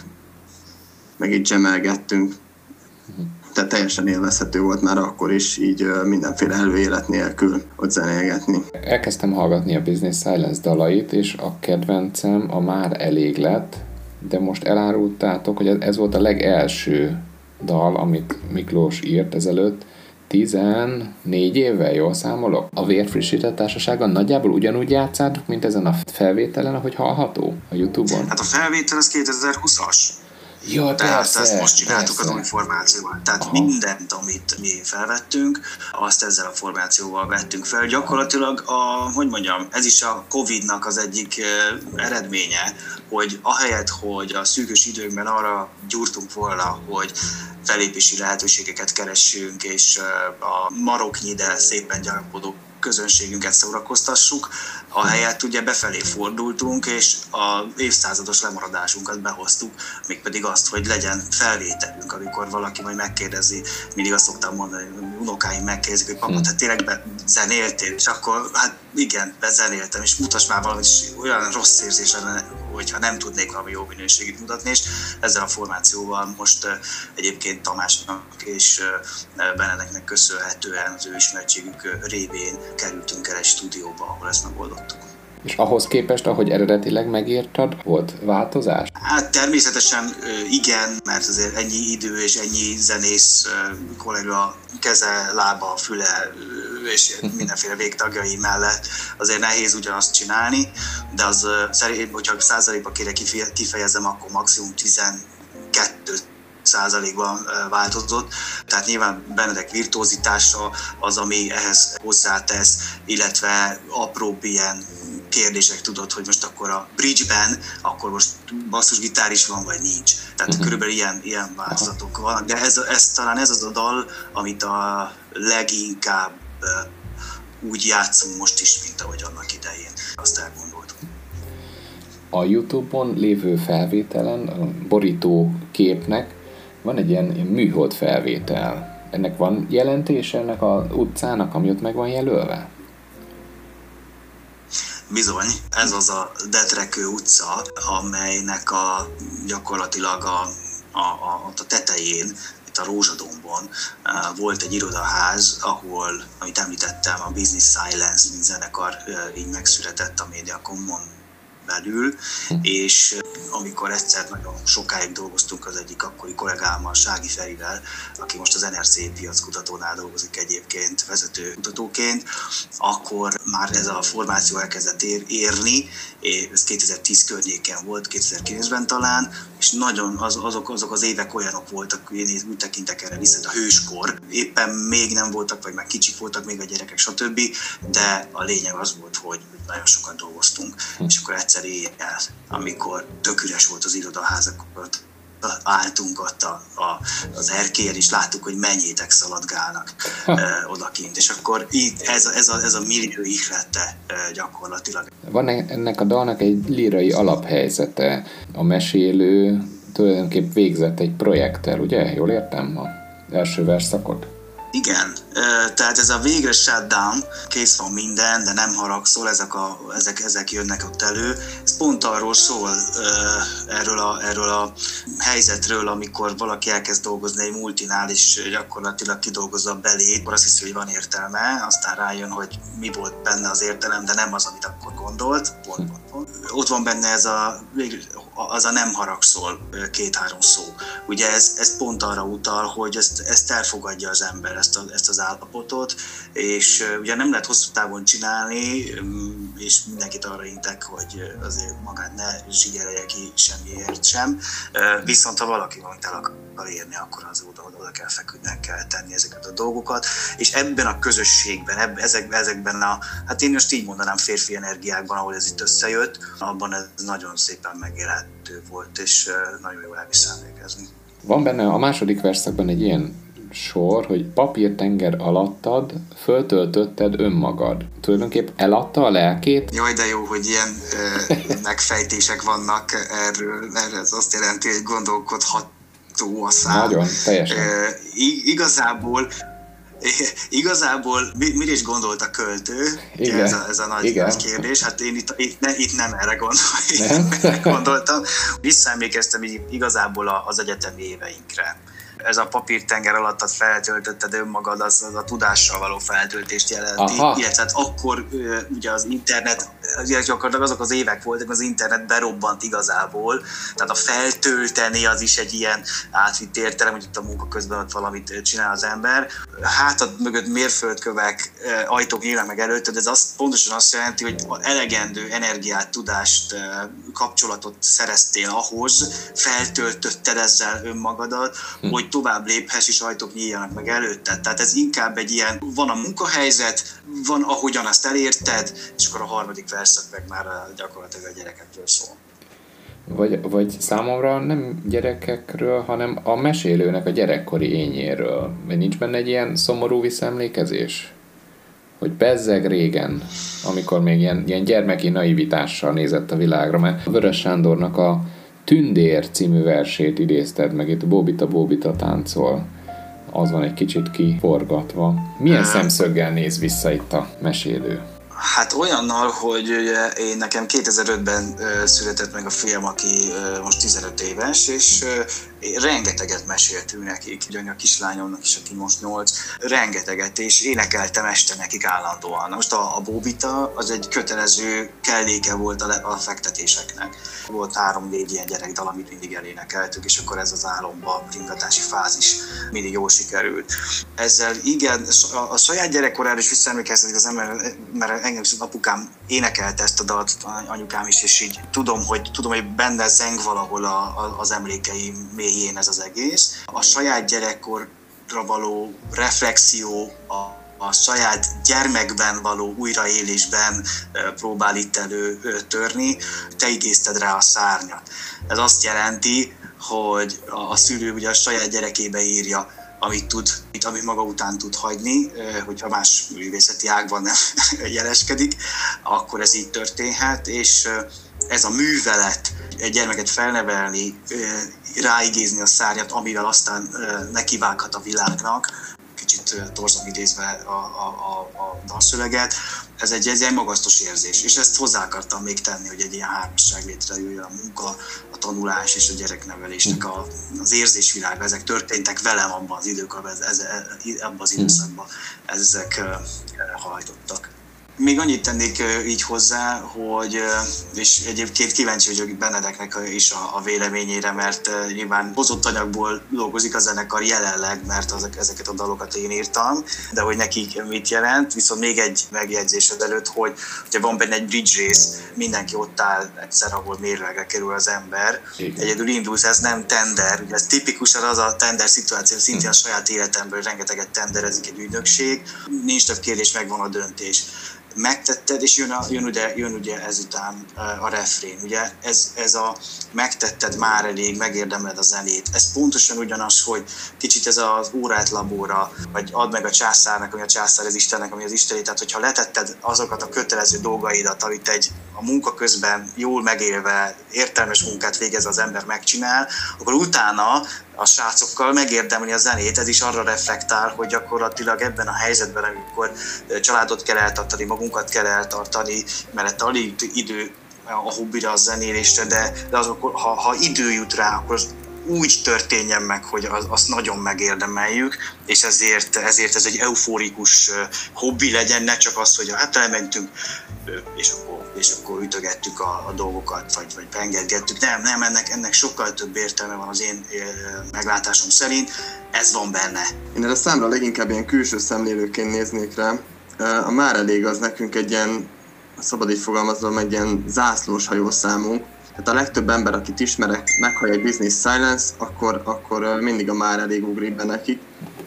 meg így jamelgettünk. Tehát teljesen élvezhető volt már akkor is, így mindenféle előélet nélkül ott zenélgetni. Elkezdtem hallgatni a Business Silence dalait, és a kedvencem a Már elég lett, de most elárultátok, hogy ez volt a legelső dal, amit Miklós írt ezelőtt, tizennégy évvel, jól számolok? A Vérfrissített Társasággal nagyjából ugyanúgy játszátok, mint ezen a felvételen, ahogy hallható a YouTube-on? Hát a felvétel az kétezer-húszas. Ja, Tehát persze, ezt most csináltuk persze. az új formációval. Tehát Aha. mindent, amit mi felvettünk, azt ezzel a formációval vettünk fel. Gyakorlatilag, a, hogy mondjam, ez is a Covidnak az egyik uh, eredménye, hogy ahelyett, hogy a szűkös időkben arra gyúrtunk volna, hogy felépési lehetőségeket keressünk, és uh, a maroknyi, de szépen gyarapodó közönségünket szórakoztassuk, ahelyett ugye befelé fordultunk, és a évszázados lemaradásunkat behoztuk, mégpedig azt, hogy legyen felvételünk, amikor valaki majd megkérdezi, mindig azt szoktam mondani, hogy unokáim megkérdezik, hogy papa, te tényleg zenéltél? És akkor hát igen, bezenéltem, és mutass már valamit, és olyan rossz érzés lenne, hogyha nem tudnék valami jó minőségét mutatni, és ezzel a formációval most egyébként Tamásnak és Benedeknek köszönhetően az ő ismertségük révén kerültünk el egy stúdióba, ahol ezt megoldottuk. És ahhoz képest, ahogy eredetileg megírtad, volt változás? Hát természetesen igen, mert azért ennyi idő és ennyi zenész kollega keze, lába, füle és mindenféle végtagjai mellett azért nehéz ugyanazt csinálni, de az szerint, hogyha százalékba kére kifejezem, akkor maximum tizenkettő százalékban változott. Tehát nyilván Benedek virtuózitása az, ami ehhez hozzátesz, illetve apróbb ilyen kérdések, tudod, hogy most akkor a bridge-ben, akkor most basszusgitár is van, vagy nincs. Tehát uh-huh. körülbelül ilyen, ilyen változatok vannak. De ez, ez, talán ez az a dal, amit a leginkább úgy játszunk most is, mint ahogy annak idején azt elgondoltuk. A YouTube-on lévő felvételen, a borító képnek van egy ilyen műhold felvétel. Ennek van jelentése ennek az utcának, ami ott meg van jelölve? Bizony, ez az a Detrekő utca, amelynek a, gyakorlatilag a, a, a, a tetején, itt a Rózsadombon volt egy irodaház, ahol, amit említettem, a Business Silence zenekar így megszületett a Mediacomon belül, és amikor egyszer nagyon sokáig dolgoztunk az egyik akkori kollégámmal, Sági Ferivel, aki most az en er cé piackutatónál dolgozik egyébként vezető kutatóként, akkor már ez a formáció elkezdett ér, érni, ez kétezer-tíz környéken volt, kétezer-kilencben talán, és nagyon az, azok, azok az évek olyanok voltak, én úgy tekintek erre vissza, a hőskor. Éppen még nem voltak, vagy már kicsik voltak még a gyerekek, stb., de a lényeg az volt, hogy nagyon sokat dolgoztunk, és akkor egyszer éjjel, amikor tök üres volt az irodaház, akkor álltunk ott a, a, az erkélyen, és láttuk, hogy mennyétek szaladgálnak e, odakint, és akkor így ez, ez, a, ez a millió ihlette e, gyakorlatilag. Van ennek a dalnak egy lírai alaphelyzete. A mesélő tulajdonképp végzett egy projekttel, ugye? Jól értem az első versszakot? Igen, tehát ez a végre shutdown, kész van minden, de nem haragszol, ezek, a, ezek, ezek jönnek ott elő. Ez pont arról szól, erről a, erről a helyzetről, amikor valaki elkezd dolgozni egy multinál, és gyakorlatilag kidolgozza a belét, akkor azt hiszi, hogy van értelme, aztán rájön, hogy mi volt benne az értelem, de nem az, amit akkor gondolt. Pont, pont, pont. Ott van benne ez a, az a nem haragszol két-három szó. Ugye ez, ez pont arra utal, hogy ezt, ezt elfogadja az ember, ezt, a, ezt az állapotot, és uh, ugye nem lehet hosszú távon csinálni, um, és mindenkit arra intek, hogy azért magát ne zsigerelje ki semmiért sem, uh, viszont ha valaki valamit el akar érni, akkor az oda, oda kell feküdni, kell tenni ezeket a dolgokat, és ebben a közösségben, eb, ezek, ezekben a, hát én most így mondanám férfi energiákban, ahol ez itt összejött, abban ez nagyon szépen megélhető volt, és uh, nagyon jól el vissza emlékezni. Van benne a második verszakban egy ilyen sor, hogy papírtenger alattad föltöltötted önmagad. Tulajdonképp eladta a lelkét? Jaj, de jó, hogy ilyen ö, megfejtések vannak erről, mert ez azt jelenti, hogy gondolkodható a szám. Nagyon, teljesen. Ö, igazából Igazából mire is gondolt a költő? Igen, ez a, ez a nagy, nagy kérdés. Hát én itt, itt, ne, itt nem erre gondol, nem? gondoltam. Visszaemlékeztem igazából az egyetemi éveinkre. Ez a papírtenger alatt feltöltötted önmagad, az, az a tudással való feltöltést jelenti. Illetve hát akkor ugye az internet, gyakorlatilag azok az évek voltak, az internet berobbant igazából. Tehát a feltölteni az is egy ilyen átvitt értelem, hogy itt a munka közben ott valamit csinál az ember. Hátad mögött mérföldkövek, ajtók nyílnak meg előtted, ez azt, pontosan azt jelenti, hogy elegendő energiát, tudást, kapcsolatot szereztél ahhoz, feltöltötted ezzel önmagadat, hm. hogy tovább léphess és ajtók nyíljanak meg előtted. Tehát ez inkább egy ilyen, van a munkahelyzet, van ahogyan azt elérted, és akkor a harmadik verszak meg már gyakorlatilag a gyerekekről szól. Vagy, vagy számomra nem gyerekekről, hanem a mesélőnek a gyerekkori ényéről. Vagy nincs benne egy ilyen szomorú visszaemlékezés? Hogy bezzeg régen, amikor még ilyen, ilyen gyermeki naivitással nézett a világra, mert Vörös Sándornak a Tündér című versét idézted meg, itt Bóbita Bóbita táncol. Az van egy kicsit kiforgatva. Milyen szemszöggel néz vissza itt a mesélő? Hát olyannal, hogy ugye én nekem kétezer-ötben született meg a fiam, aki most tizenöt éves, és rengeteget meséltünk nekik, ugye a kislányomnak is, aki most nyolc, rengeteget, és énekeltem este nekik állandóan. Most a, a Bóbita az egy kötelező kelléke volt a, le, a fektetéseknek. Volt három-négy ilyen gyerekdal, amit mindig elénekeltük, és akkor ez az álomba ringatási fázis mindig jól sikerült. Ezzel igen, a, a saját gyerekkorára is visszaemlékeztetik az ember, mert engem is apukám énekelte ezt a dalt, anyukám is, és így tudom, hogy, tudom, hogy benne zeng valahol a, a, az emlékeim mélyén ez az egész. A saját gyerekkorra való reflexió, a, a saját gyermekben való újraélésben próbál itt előtörni, te igézted rá a szárnyat. Ez azt jelenti, hogy a szülő ugye a saját gyerekébe írja, amit tud, amit maga után tud hagyni, hogyha más művészeti ágban nem jeleskedik, akkor ez így történhet, és ez a művelet, egy gyermeket felnevelni, ráigézni a szárnyat, amivel aztán nekivághat a világnak, kicsit torzan idézve a, a, a, a dalszöveget, ez egy, ez egy magasztos érzés, és ezt hozzá akartam még tenni, hogy egy ilyen hármasság létrejöjjön, a munka, a tanulás és a gyereknevelésnek a, az érzésvilága, ezek történtek velem abban az időkben, ez, ez, abban az időszakban ezek hajtottak. Még annyit tennék így hozzá, hogy, és egyébként kíváncsi vagyok Benedeknek is a, a véleményére, mert nyilván hozott anyagból dolgozik a zenekar jelenleg, mert azok, ezeket a dalokat én írtam, de hogy nekik mit jelent, viszont még egy megjegyzésed előtt, hogy ugye van benne egy bridge rész, mindenki ott áll egyszer, ahol mérlegre kerül az ember, igen. Egyedül indulsz, ez nem tender, ugye ez tipikusan az a tender szituáció, szintén a saját életemből rengeteget tenderezik egy ügynökség, nincs több kérdés, megvan a döntés. Megtetted, és jön, a, jön, ugye, jön ugye ezután a refrén, ugye ez, ez a megtetted, már elég, megérdemled a zenét. Ez pontosan ugyanaz, hogy kicsit ez az órát labóra, vagy add meg a császárnak, ami a császár az Istennek, ami az Istené, tehát hogyha letetted azokat a kötelező dolgaidat, amit egy a munka közben jól megélve, értelmes munkát végez az ember megcsinál, akkor utána a srácokkal megérdemli a zenét, ez is arra reflektál, hogy gyakorlatilag ebben a helyzetben, amikor családot kell eltartani, magunkat kell eltartani, mellett alig idő a hobbira, a zenélésre, de, de az, ha, ha idő jut rá, akkor az úgy történjen meg, hogy az, azt nagyon megérdemeljük, és ezért, ezért ez egy euforikus hobbi legyen, ne csak az, hogy hát elmentünk, és akkor, és akkor ütögettük a, a dolgokat, vagy, vagy pengetgettük. Nem, nem, ennek, ennek sokkal több értelme van az én meglátásom szerint, ez van benne. Én erre a számra leginkább ilyen külső szemlélőként néznék rá. A Már elég az nekünk egy ilyen, szabad így fogalmazom, egy ilyen zászlós hajószámunk. Tehát a legtöbb ember, akit ismerek, meghallja egy Business Silence, akkor, akkor mindig a Már elég ugrik be nekik.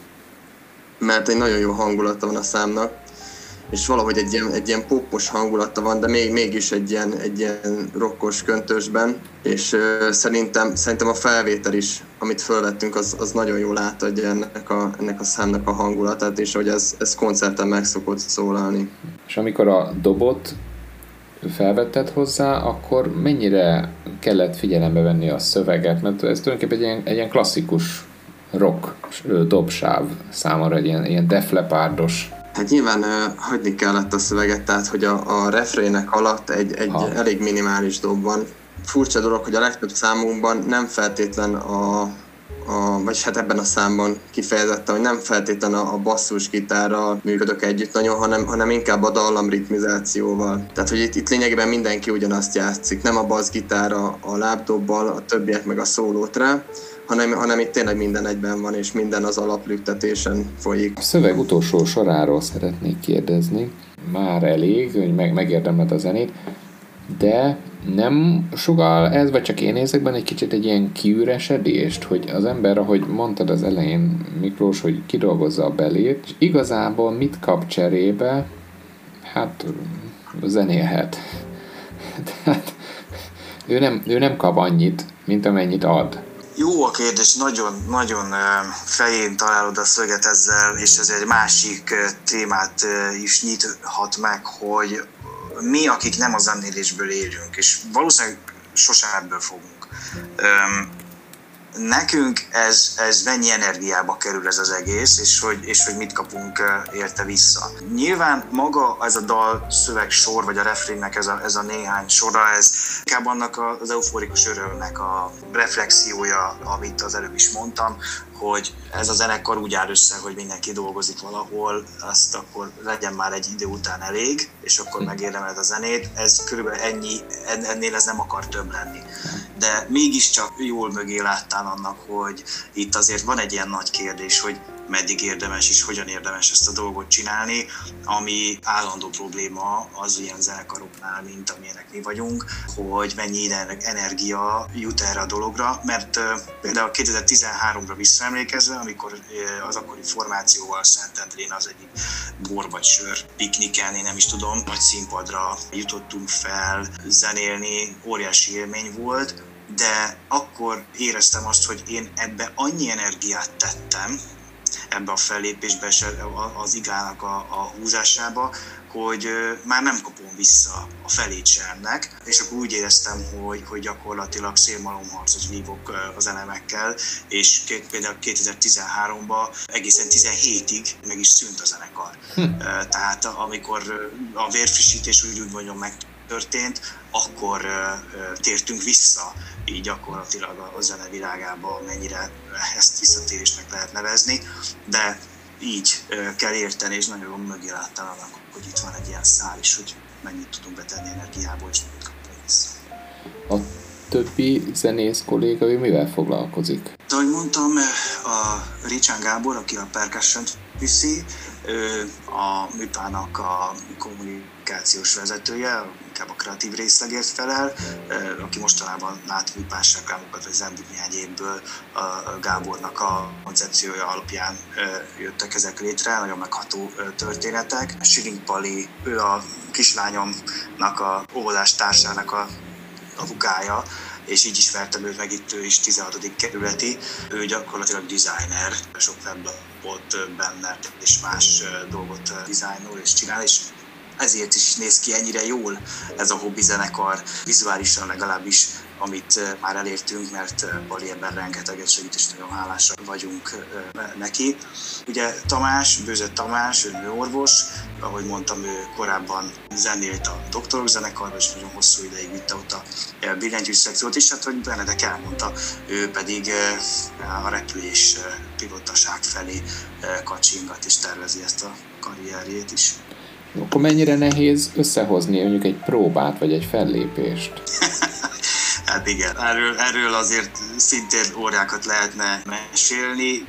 Mert egy nagyon jó hangulata van a számnak. És valahogy egy ilyen, egy ilyen poppos hangulata van, de még, mégis egy ilyen, egy ilyen rockos köntösben, és uh, szerintem, szerintem a felvétel is, amit felvettünk, az, az nagyon jól átadja ennek a, ennek a számnak a hangulatát, és hogy ez, ez koncerten meg szokott szólalni. És amikor a dobot felvetted hozzá, akkor mennyire kellett figyelembe venni a szöveget, mert ez tulajdonképpen egy ilyen, egy ilyen klasszikus rock dobsáv számomra, egy ilyen, ilyen Def Leppard-os. Hát nyilván uh, hagyni kellett a szöveget, tehát hogy a, a refrének alatt egy, egy elég minimális dob van. Furcsa dolog, hogy a legtöbb számunkban nem feltétlen a, a vagy hát ebben a számban kifejezetten, hogy nem feltétlen a, a basszusgitárral működök együtt nagyon, hanem, hanem inkább a dallam ritmizációval. Tehát, hogy itt, itt lényegében mindenki ugyanazt játszik, nem a basszgitár a, a lábdobbal, a többiek meg a szólót rá, hanem, hanem itt tényleg minden egyben van, és minden az alaplüktetésen folyik. A szöveg utolsó soráról szeretnék kérdezni. Már elég, hogy meg, megérdemled a zenét, de nem sugall ez, vagy csak én érzek benne egy kicsit egy ilyen kiüresedést, hogy az ember, ahogy mondtad az elején, Miklós, hogy kidolgozza a belét, és igazából mit kap cserébe? Hát zenélhet. Tehát ő nem, ő nem kap annyit, mint amennyit ad. Jó a kérdés, nagyon, nagyon fején találod a szöget ezzel, és ez egy másik témát is nyithat meg, hogy mi, akik nem a zenélésből élünk, és valószínűleg sosem ebből fogunk. nekünk ez, ez mennyi energiába kerül ez az egész, és hogy, és hogy mit kapunk érte vissza. Nyilván maga ez a dal szövegsor, vagy a refrénnek ez a, ez a néhány sora, ez inkább annak az euforikus örömnek a reflexiója, amit az előbb is mondtam, hogy ez a zenekar úgy áll össze, hogy mindenki dolgozik valahol, azt akkor legyen már egy idő után elég, és akkor megérdemeled a zenét. Ez körülbelül ennyi, ennél ez nem akar több lenni. De mégiscsak jól mögé láttál annak, hogy itt azért van egy ilyen nagy kérdés, hogy meddig érdemes és hogyan érdemes ezt a dolgot csinálni, ami állandó probléma az ilyen zenekaroknál, mint amilyenek mi vagyunk, hogy mennyi energia jut erre a dologra, mert például kétezer-tizenháromra visszaemlékezve, amikor az akkori formációval Szentendrén az egyik bor vagy sör pikniken, én nem is tudom, nagy színpadra jutottunk fel zenélni, óriási élmény volt, de akkor éreztem azt, hogy én ebbe annyi energiát tettem, ebbe a fellépésbe és az igának a, a húzásába, hogy már nem kapom vissza a felét semnek, és akkor úgy éreztem, hogy, hogy gyakorlatilag szélmalomharcot vívok az elemekkel, és két, például kétezer-tizenháromban egészen tizenhétig meg is szűnt a zenekar. Hm. Tehát amikor a vérfrissítés úgy, úgy mondjam megtörtént, akkor tértünk vissza így gyakorlatilag a zene világába, mennyire ezt visszatérésnek lehet nevezni, de így kell érteni, és nagyon mögé láttam annak, hogy itt van egy ilyen szál is, hogy mennyit tudunk betenni energiából, és mennyit kapunk vissza. A többi zenész kolléga, ő mivel foglalkozik? De ahogy mondtam, a Ricsán Gábor, aki a percussion-t viszi, ő a műpának a kommunikációs vezetője, inkább a kreatív részlegért felel, aki mostanában lát műpás reklámokat, vagy az elmúlt néhány évből a Gábornak a koncepciója alapján jöttek ezek létre, nagyon megható történetek. Siling Pali, ő a kislányomnak, a óvodás társának a apukája, és így ismertem őt meg, itt ő is tizenhatodik kerületi. Ő gyakorlatilag designer, sok weblapot benne, és más dolgot dizájnol és csinál, és ezért is néz ki ennyire jól ez a hobbi zenekar, vizuálisan legalábbis, amit már elértünk, mert Bali ebben rengeteget segít, és nagyon hálásak vagyunk neki. Ugye Tamás, Bőzött Tamás, ő nőorvos, ahogy mondtam, ő korábban zenélt a Doktorok zenekarban, és nagyon hosszú ideig vitte ott a billentyűs szekciót is, hát hogy Benedek elmondta, ő pedig a repülés pilotaság felé kacsingat, és tervezi ezt a karrierjét is. Akkor mennyire nehéz összehozni mondjuk egy próbát, vagy egy fellépést? Hát igen, erről, erről azért szintén órákat lehetne mesélni.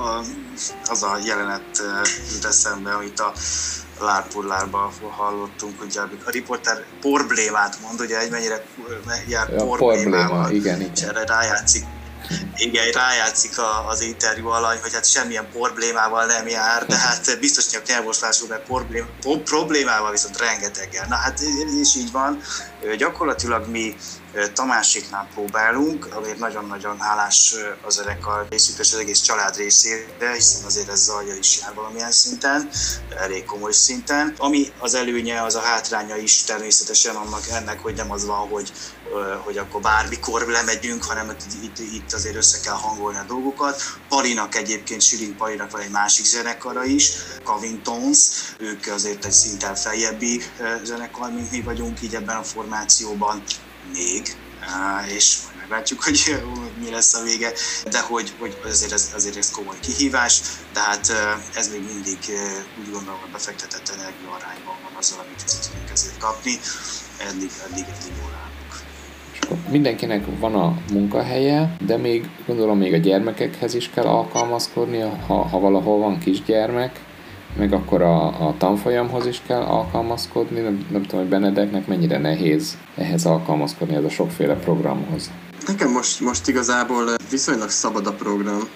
Az a jelenet jut eszembe, amit a Lárpurlárban hallottunk, hogy a riporter problémát mond, ugye egy mennyire jár ja, problémával, igen, igen. És erre rájátszik. Igen, rájátszik a, az interjú alany, hogy hát semmilyen problémával nem jár, de hát biztos nyilván nyelvoslásul, mert problém, problémával viszont rengeteggel. Na hát és így van. Gyakorlatilag mi Tamáséknál próbálunk, azért nagyon-nagyon hálás a zenekar részükre és az egész család részére, hiszen azért ez zajja is jár valamilyen szinten, elég komoly szinten. Ami az előnye, az a hátránya is természetesen annak ennek, hogy nem az van, hogy, hogy akkor bármikor lemegyünk, hanem itt, itt azért össze kell hangolni a dolgokat. Palinak egyébként, Siling Palinak van egy másik zenekara is, Covingtons, ők azért egy szinten feljebbi zenekar, mint mi vagyunk így ebben a formációban. Még, és majd meglátjuk, hogy mi lesz a vége, de hogy, hogy azért, ez, azért ez komoly kihívás, de hát ez még mindig úgy gondolom, hogy befektetett energia arányban van azzal, amit tudunk ezért kapni, eddig, eddig, eddig jól állunk. Mindenkinek van a munkahelye, de még gondolom még a gyermekekhez is kell alkalmazkodni, ha, ha valahol van kisgyermek, meg akkor a, a tanfolyamhoz is kell alkalmazkodni, nem, nem tudom, hogy Benedeknek mennyire nehéz ehhez alkalmazkodni, ez a sokféle programhoz. Nekem most, most igazából viszonylag szabad a program,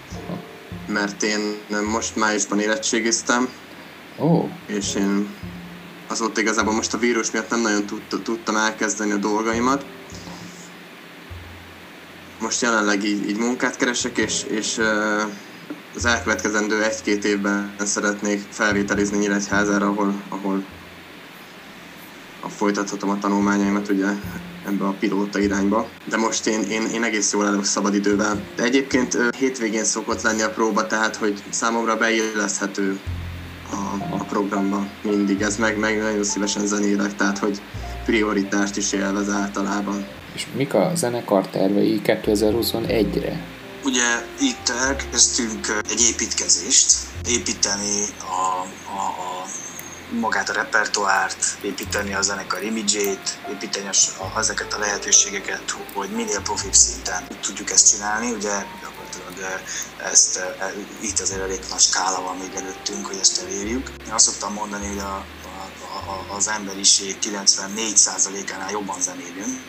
mert én most májusban érettségiztem, oh. és én azóta igazából most a vírus miatt nem nagyon tud, tudtam elkezdeni a dolgaimat. Most jelenleg így, így munkát keresek, és, és az elkövetkezendő egy-két évben szeretnék felvételizni Nyíregyházára, ahol, ahol folytathatom a tanulmányaimat, ugye ebbe a pilóta irányba. De most én, én, én egész jól állok szabadidővel. De egyébként hétvégén szokott lenni a próba, tehát hogy számomra beilleszthető a, a programba mindig. Ez meg, meg nagyon szívesen zenélek, tehát hogy prioritást is élvez általában. És mik a zenekar tervei kétezer-huszonegyre? Ugye itt elkezdtünk egy építkezést, építeni a, a, a magát a repertoárt, építeni a zenekar imidzsét, építeni a, a, ezeket a lehetőségeket, hogy minél profibb szinten tudjuk ezt csinálni. Ugye gyakorlatilag ezt, e, itt azért elég nagy skála van még előttünk, hogy ezt elérjük. Én azt szoktam mondani, hogy a, a, a, az emberiség kilencvennégy százalékánál jobban zenélünk.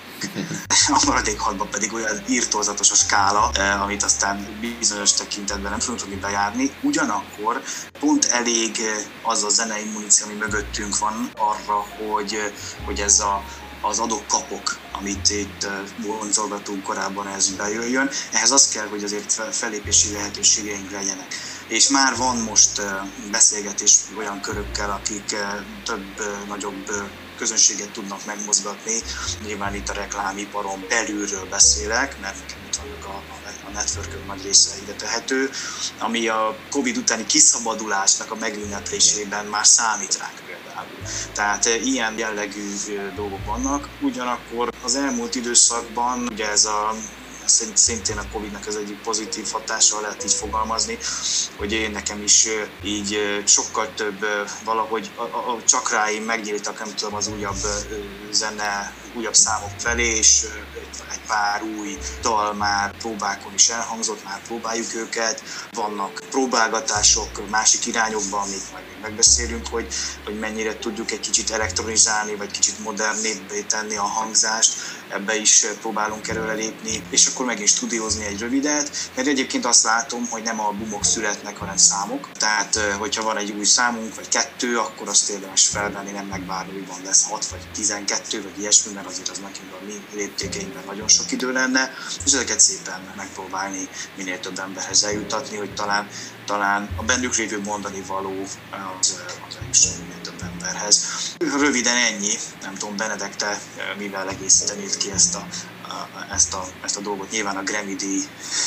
A maradék hatban pedig olyan irtózatos a skála, amit aztán bizonyos tekintetben nem fogunk tudni bejárni. Ugyanakkor pont elég az a zenei muníció, ami mögöttünk van arra, hogy, hogy ez a, az adok-kapok, amit itt boncolgatunk korábban, ez bejöjjön. Ehhez az kell, hogy azért fellépési lehetőségeink legyenek. És már van most beszélgetés olyan körökkel, akik több, nagyobb közönséget tudnak megmozgatni. Nyilván itt a reklámiparon belülről beszélek, mert itt vannak a, a networkök nagy része ide tehető, ami a Covid utáni kiszabadulásnak a megünneplésében már számít ránk például. Tehát ilyen jellegű dolgok vannak. Ugyanakkor az elmúlt időszakban ugye ez a szintén a Covidnak az egyik pozitív hatása, lehet így fogalmazni, hogy én nekem is így sokkal több valahogy a, a, a csakráim megnyíltak, nem tudom, az újabb zene, újabb számok felé, és egy pár új dal már próbákon is elhangzott, már próbáljuk őket. Vannak próbálgatások másik irányokban, amit majd még megbeszélünk, hogy, hogy mennyire tudjuk egy kicsit elektronizálni, vagy kicsit modernébbé tenni a hangzást. Ebbe is próbálunk előrelépni, és akkor megint stúdiózni egy rövidet, mert egyébként azt látom, hogy nem albumok születnek, hanem számok. Tehát, hogyha van egy új számunk, vagy kettő, akkor azt érdemes felvenni, nem megvárni, hogy van lesz hat vagy tizenkettő, vagy ilyesmi, mert azért az nekünk a mi léptékeinkben nagyon sok idő lenne, és ezeket szépen megpróbálni minél több emberhez eljutatni, hogy talán, talán a bennük lévő mondani való az, az eljusson minél több emberhez. Röviden ennyi, nem tudom, Benedek, te mivel egészítenéd ki ezt a, a, ezt a, ezt a dolgot. Nyilván a Grammy-díj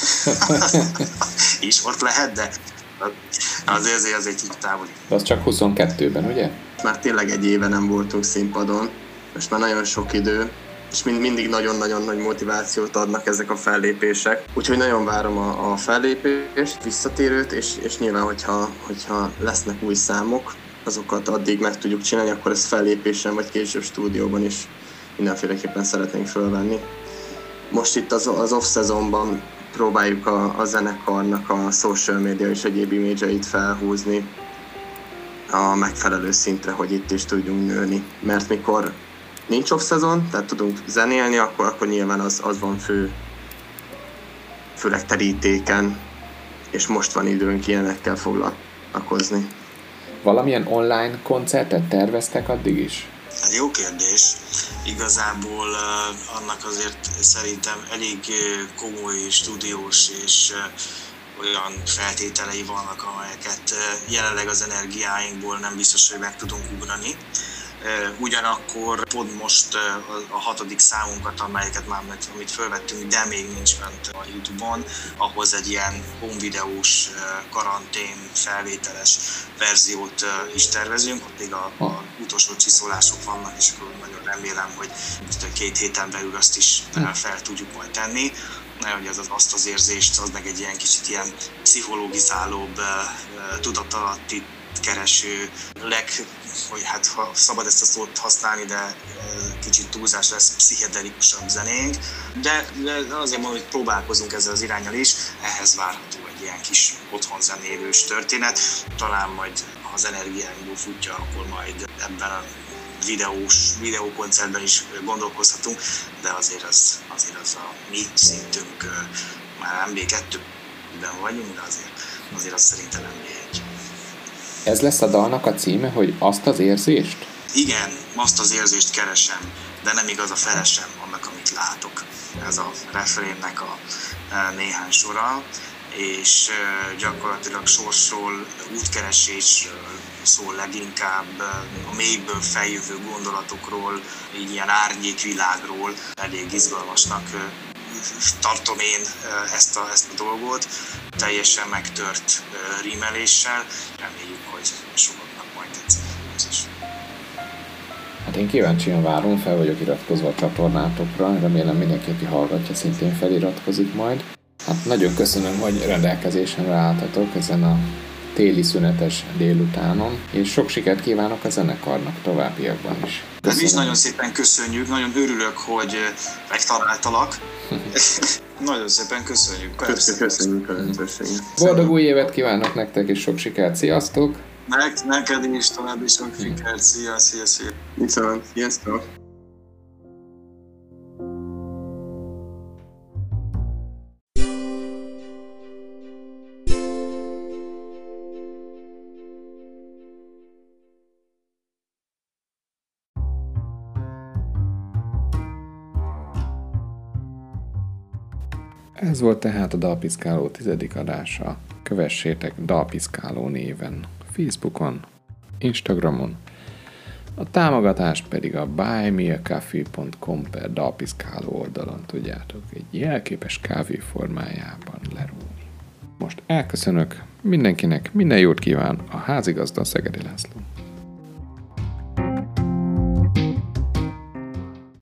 is ott lehet, de azért, azért az egy kicsit távoli. Az csak huszonkettőben, ugye? Már tényleg egy éve nem voltunk színpadon, most már nagyon sok idő, és mind, mindig nagyon-nagyon nagy motivációt adnak ezek a fellépések. Úgyhogy nagyon várom a, a fellépést, visszatérőt, és, és nyilván, hogyha, hogyha lesznek új számok, azokat addig meg tudjuk csinálni, akkor ezt fellépésen vagy később stúdióban is mindenféleképpen szeretnénk fölvenni. Most itt az, az off-szezonban próbáljuk a, a zenekarnak a social media és egyéb image-eit felhúzni a megfelelő szintre, hogy itt is tudjunk nőni. Mert mikor nincs off-szezon, tehát tudunk zenélni, akkor, akkor nyilván az, az van fő, főleg terítéken, és most van időnk ilyenekkel foglalkozni. Valamilyen online koncertet terveztek addig is? Hát jó kérdés. Igazából uh, annak azért szerintem elég uh, komoly stúdiós és uh, olyan feltételei vannak, amelyeket uh, jelenleg az energiáinkból nem biztos, hogy meg tudunk ugrani. Ugyanakkor pont most a hatodik számunkat, amelyeket már amit felvettünk, de még nincs bent a YouTube-on, ahhoz egy ilyen home videós, karantén felvételes verziót is tervezünk, ott még a, a utolsó csiszolások vannak, és akkor nagyon remélem, hogy két héten belül azt is fel tudjuk majd tenni. Hogy az, azt az érzést, az meg egy ilyen kicsit ilyen pszichológizálóbb, tudatalatti kereső, leg, hogy hát ha szabad ezt a szót használni, de kicsit túlzás lesz, pszichedelikusabb zenénk, de, de azért mondom, hogy próbálkozunk ezzel az iránnyal is, ehhez várható egy ilyen kis otthon zenélős történet, talán majd ha az energiánkból futja, akkor majd ebben a videós, videókoncertben is gondolkozhatunk, de azért az, azért az a mi szintünk már em bé kettőben vagyunk, de azért, azért az szerintem em bé egy. Ez lesz a dalnak a címe, hogy azt az érzést? Igen, azt az érzést keresem, de nem igaz a felesem annak, amit látok. Ez a refrénnek a néhány sora, és gyakorlatilag sorsról, útkeresésről, szól leginkább, a mélyből feljövő gondolatokról, így ilyen árnyékvilágról. Elég izgalmasnak tartom én ezt a, ezt a dolgot, teljesen megtört rímeléssel. Reméljük, hogy sokaknak majd tetszik ez is. Hát én kíváncsian várom, fel vagyok iratkozva a csatornátokra, remélem mindenki, aki hallgatja, szintén feliratkozik majd. Hát nagyon köszönöm, hogy rendelkezésemre álltatok ezen a téli szünetes délutánon, és sok sikert kívánok a zenekarnak továbbiakban is. Köszönöm. Mi is nagyon szépen köszönjük, nagyon örülök, hogy megtaláltalak. Nagyon szépen köszönjük. Persze. Köszönjük a lehetőséget. Boldog új évet kívánok nektek, és sok sikert, sziasztok! Nek, neked is további sok sikert, szia, szia, szia! Viszont, sziasztok! Ez volt tehát a Dalpiszkáló tizedik adása. Kövessétek Dalpiszkáló néven Facebookon, Instagramon, a támogatást pedig a buymeacoffee pont com per Dalpiszkáló oldalon tudjátok egy jelképes kávé formájában lerúgni. Most elköszönök, mindenkinek minden jót kíván a házigazda Szegedi László.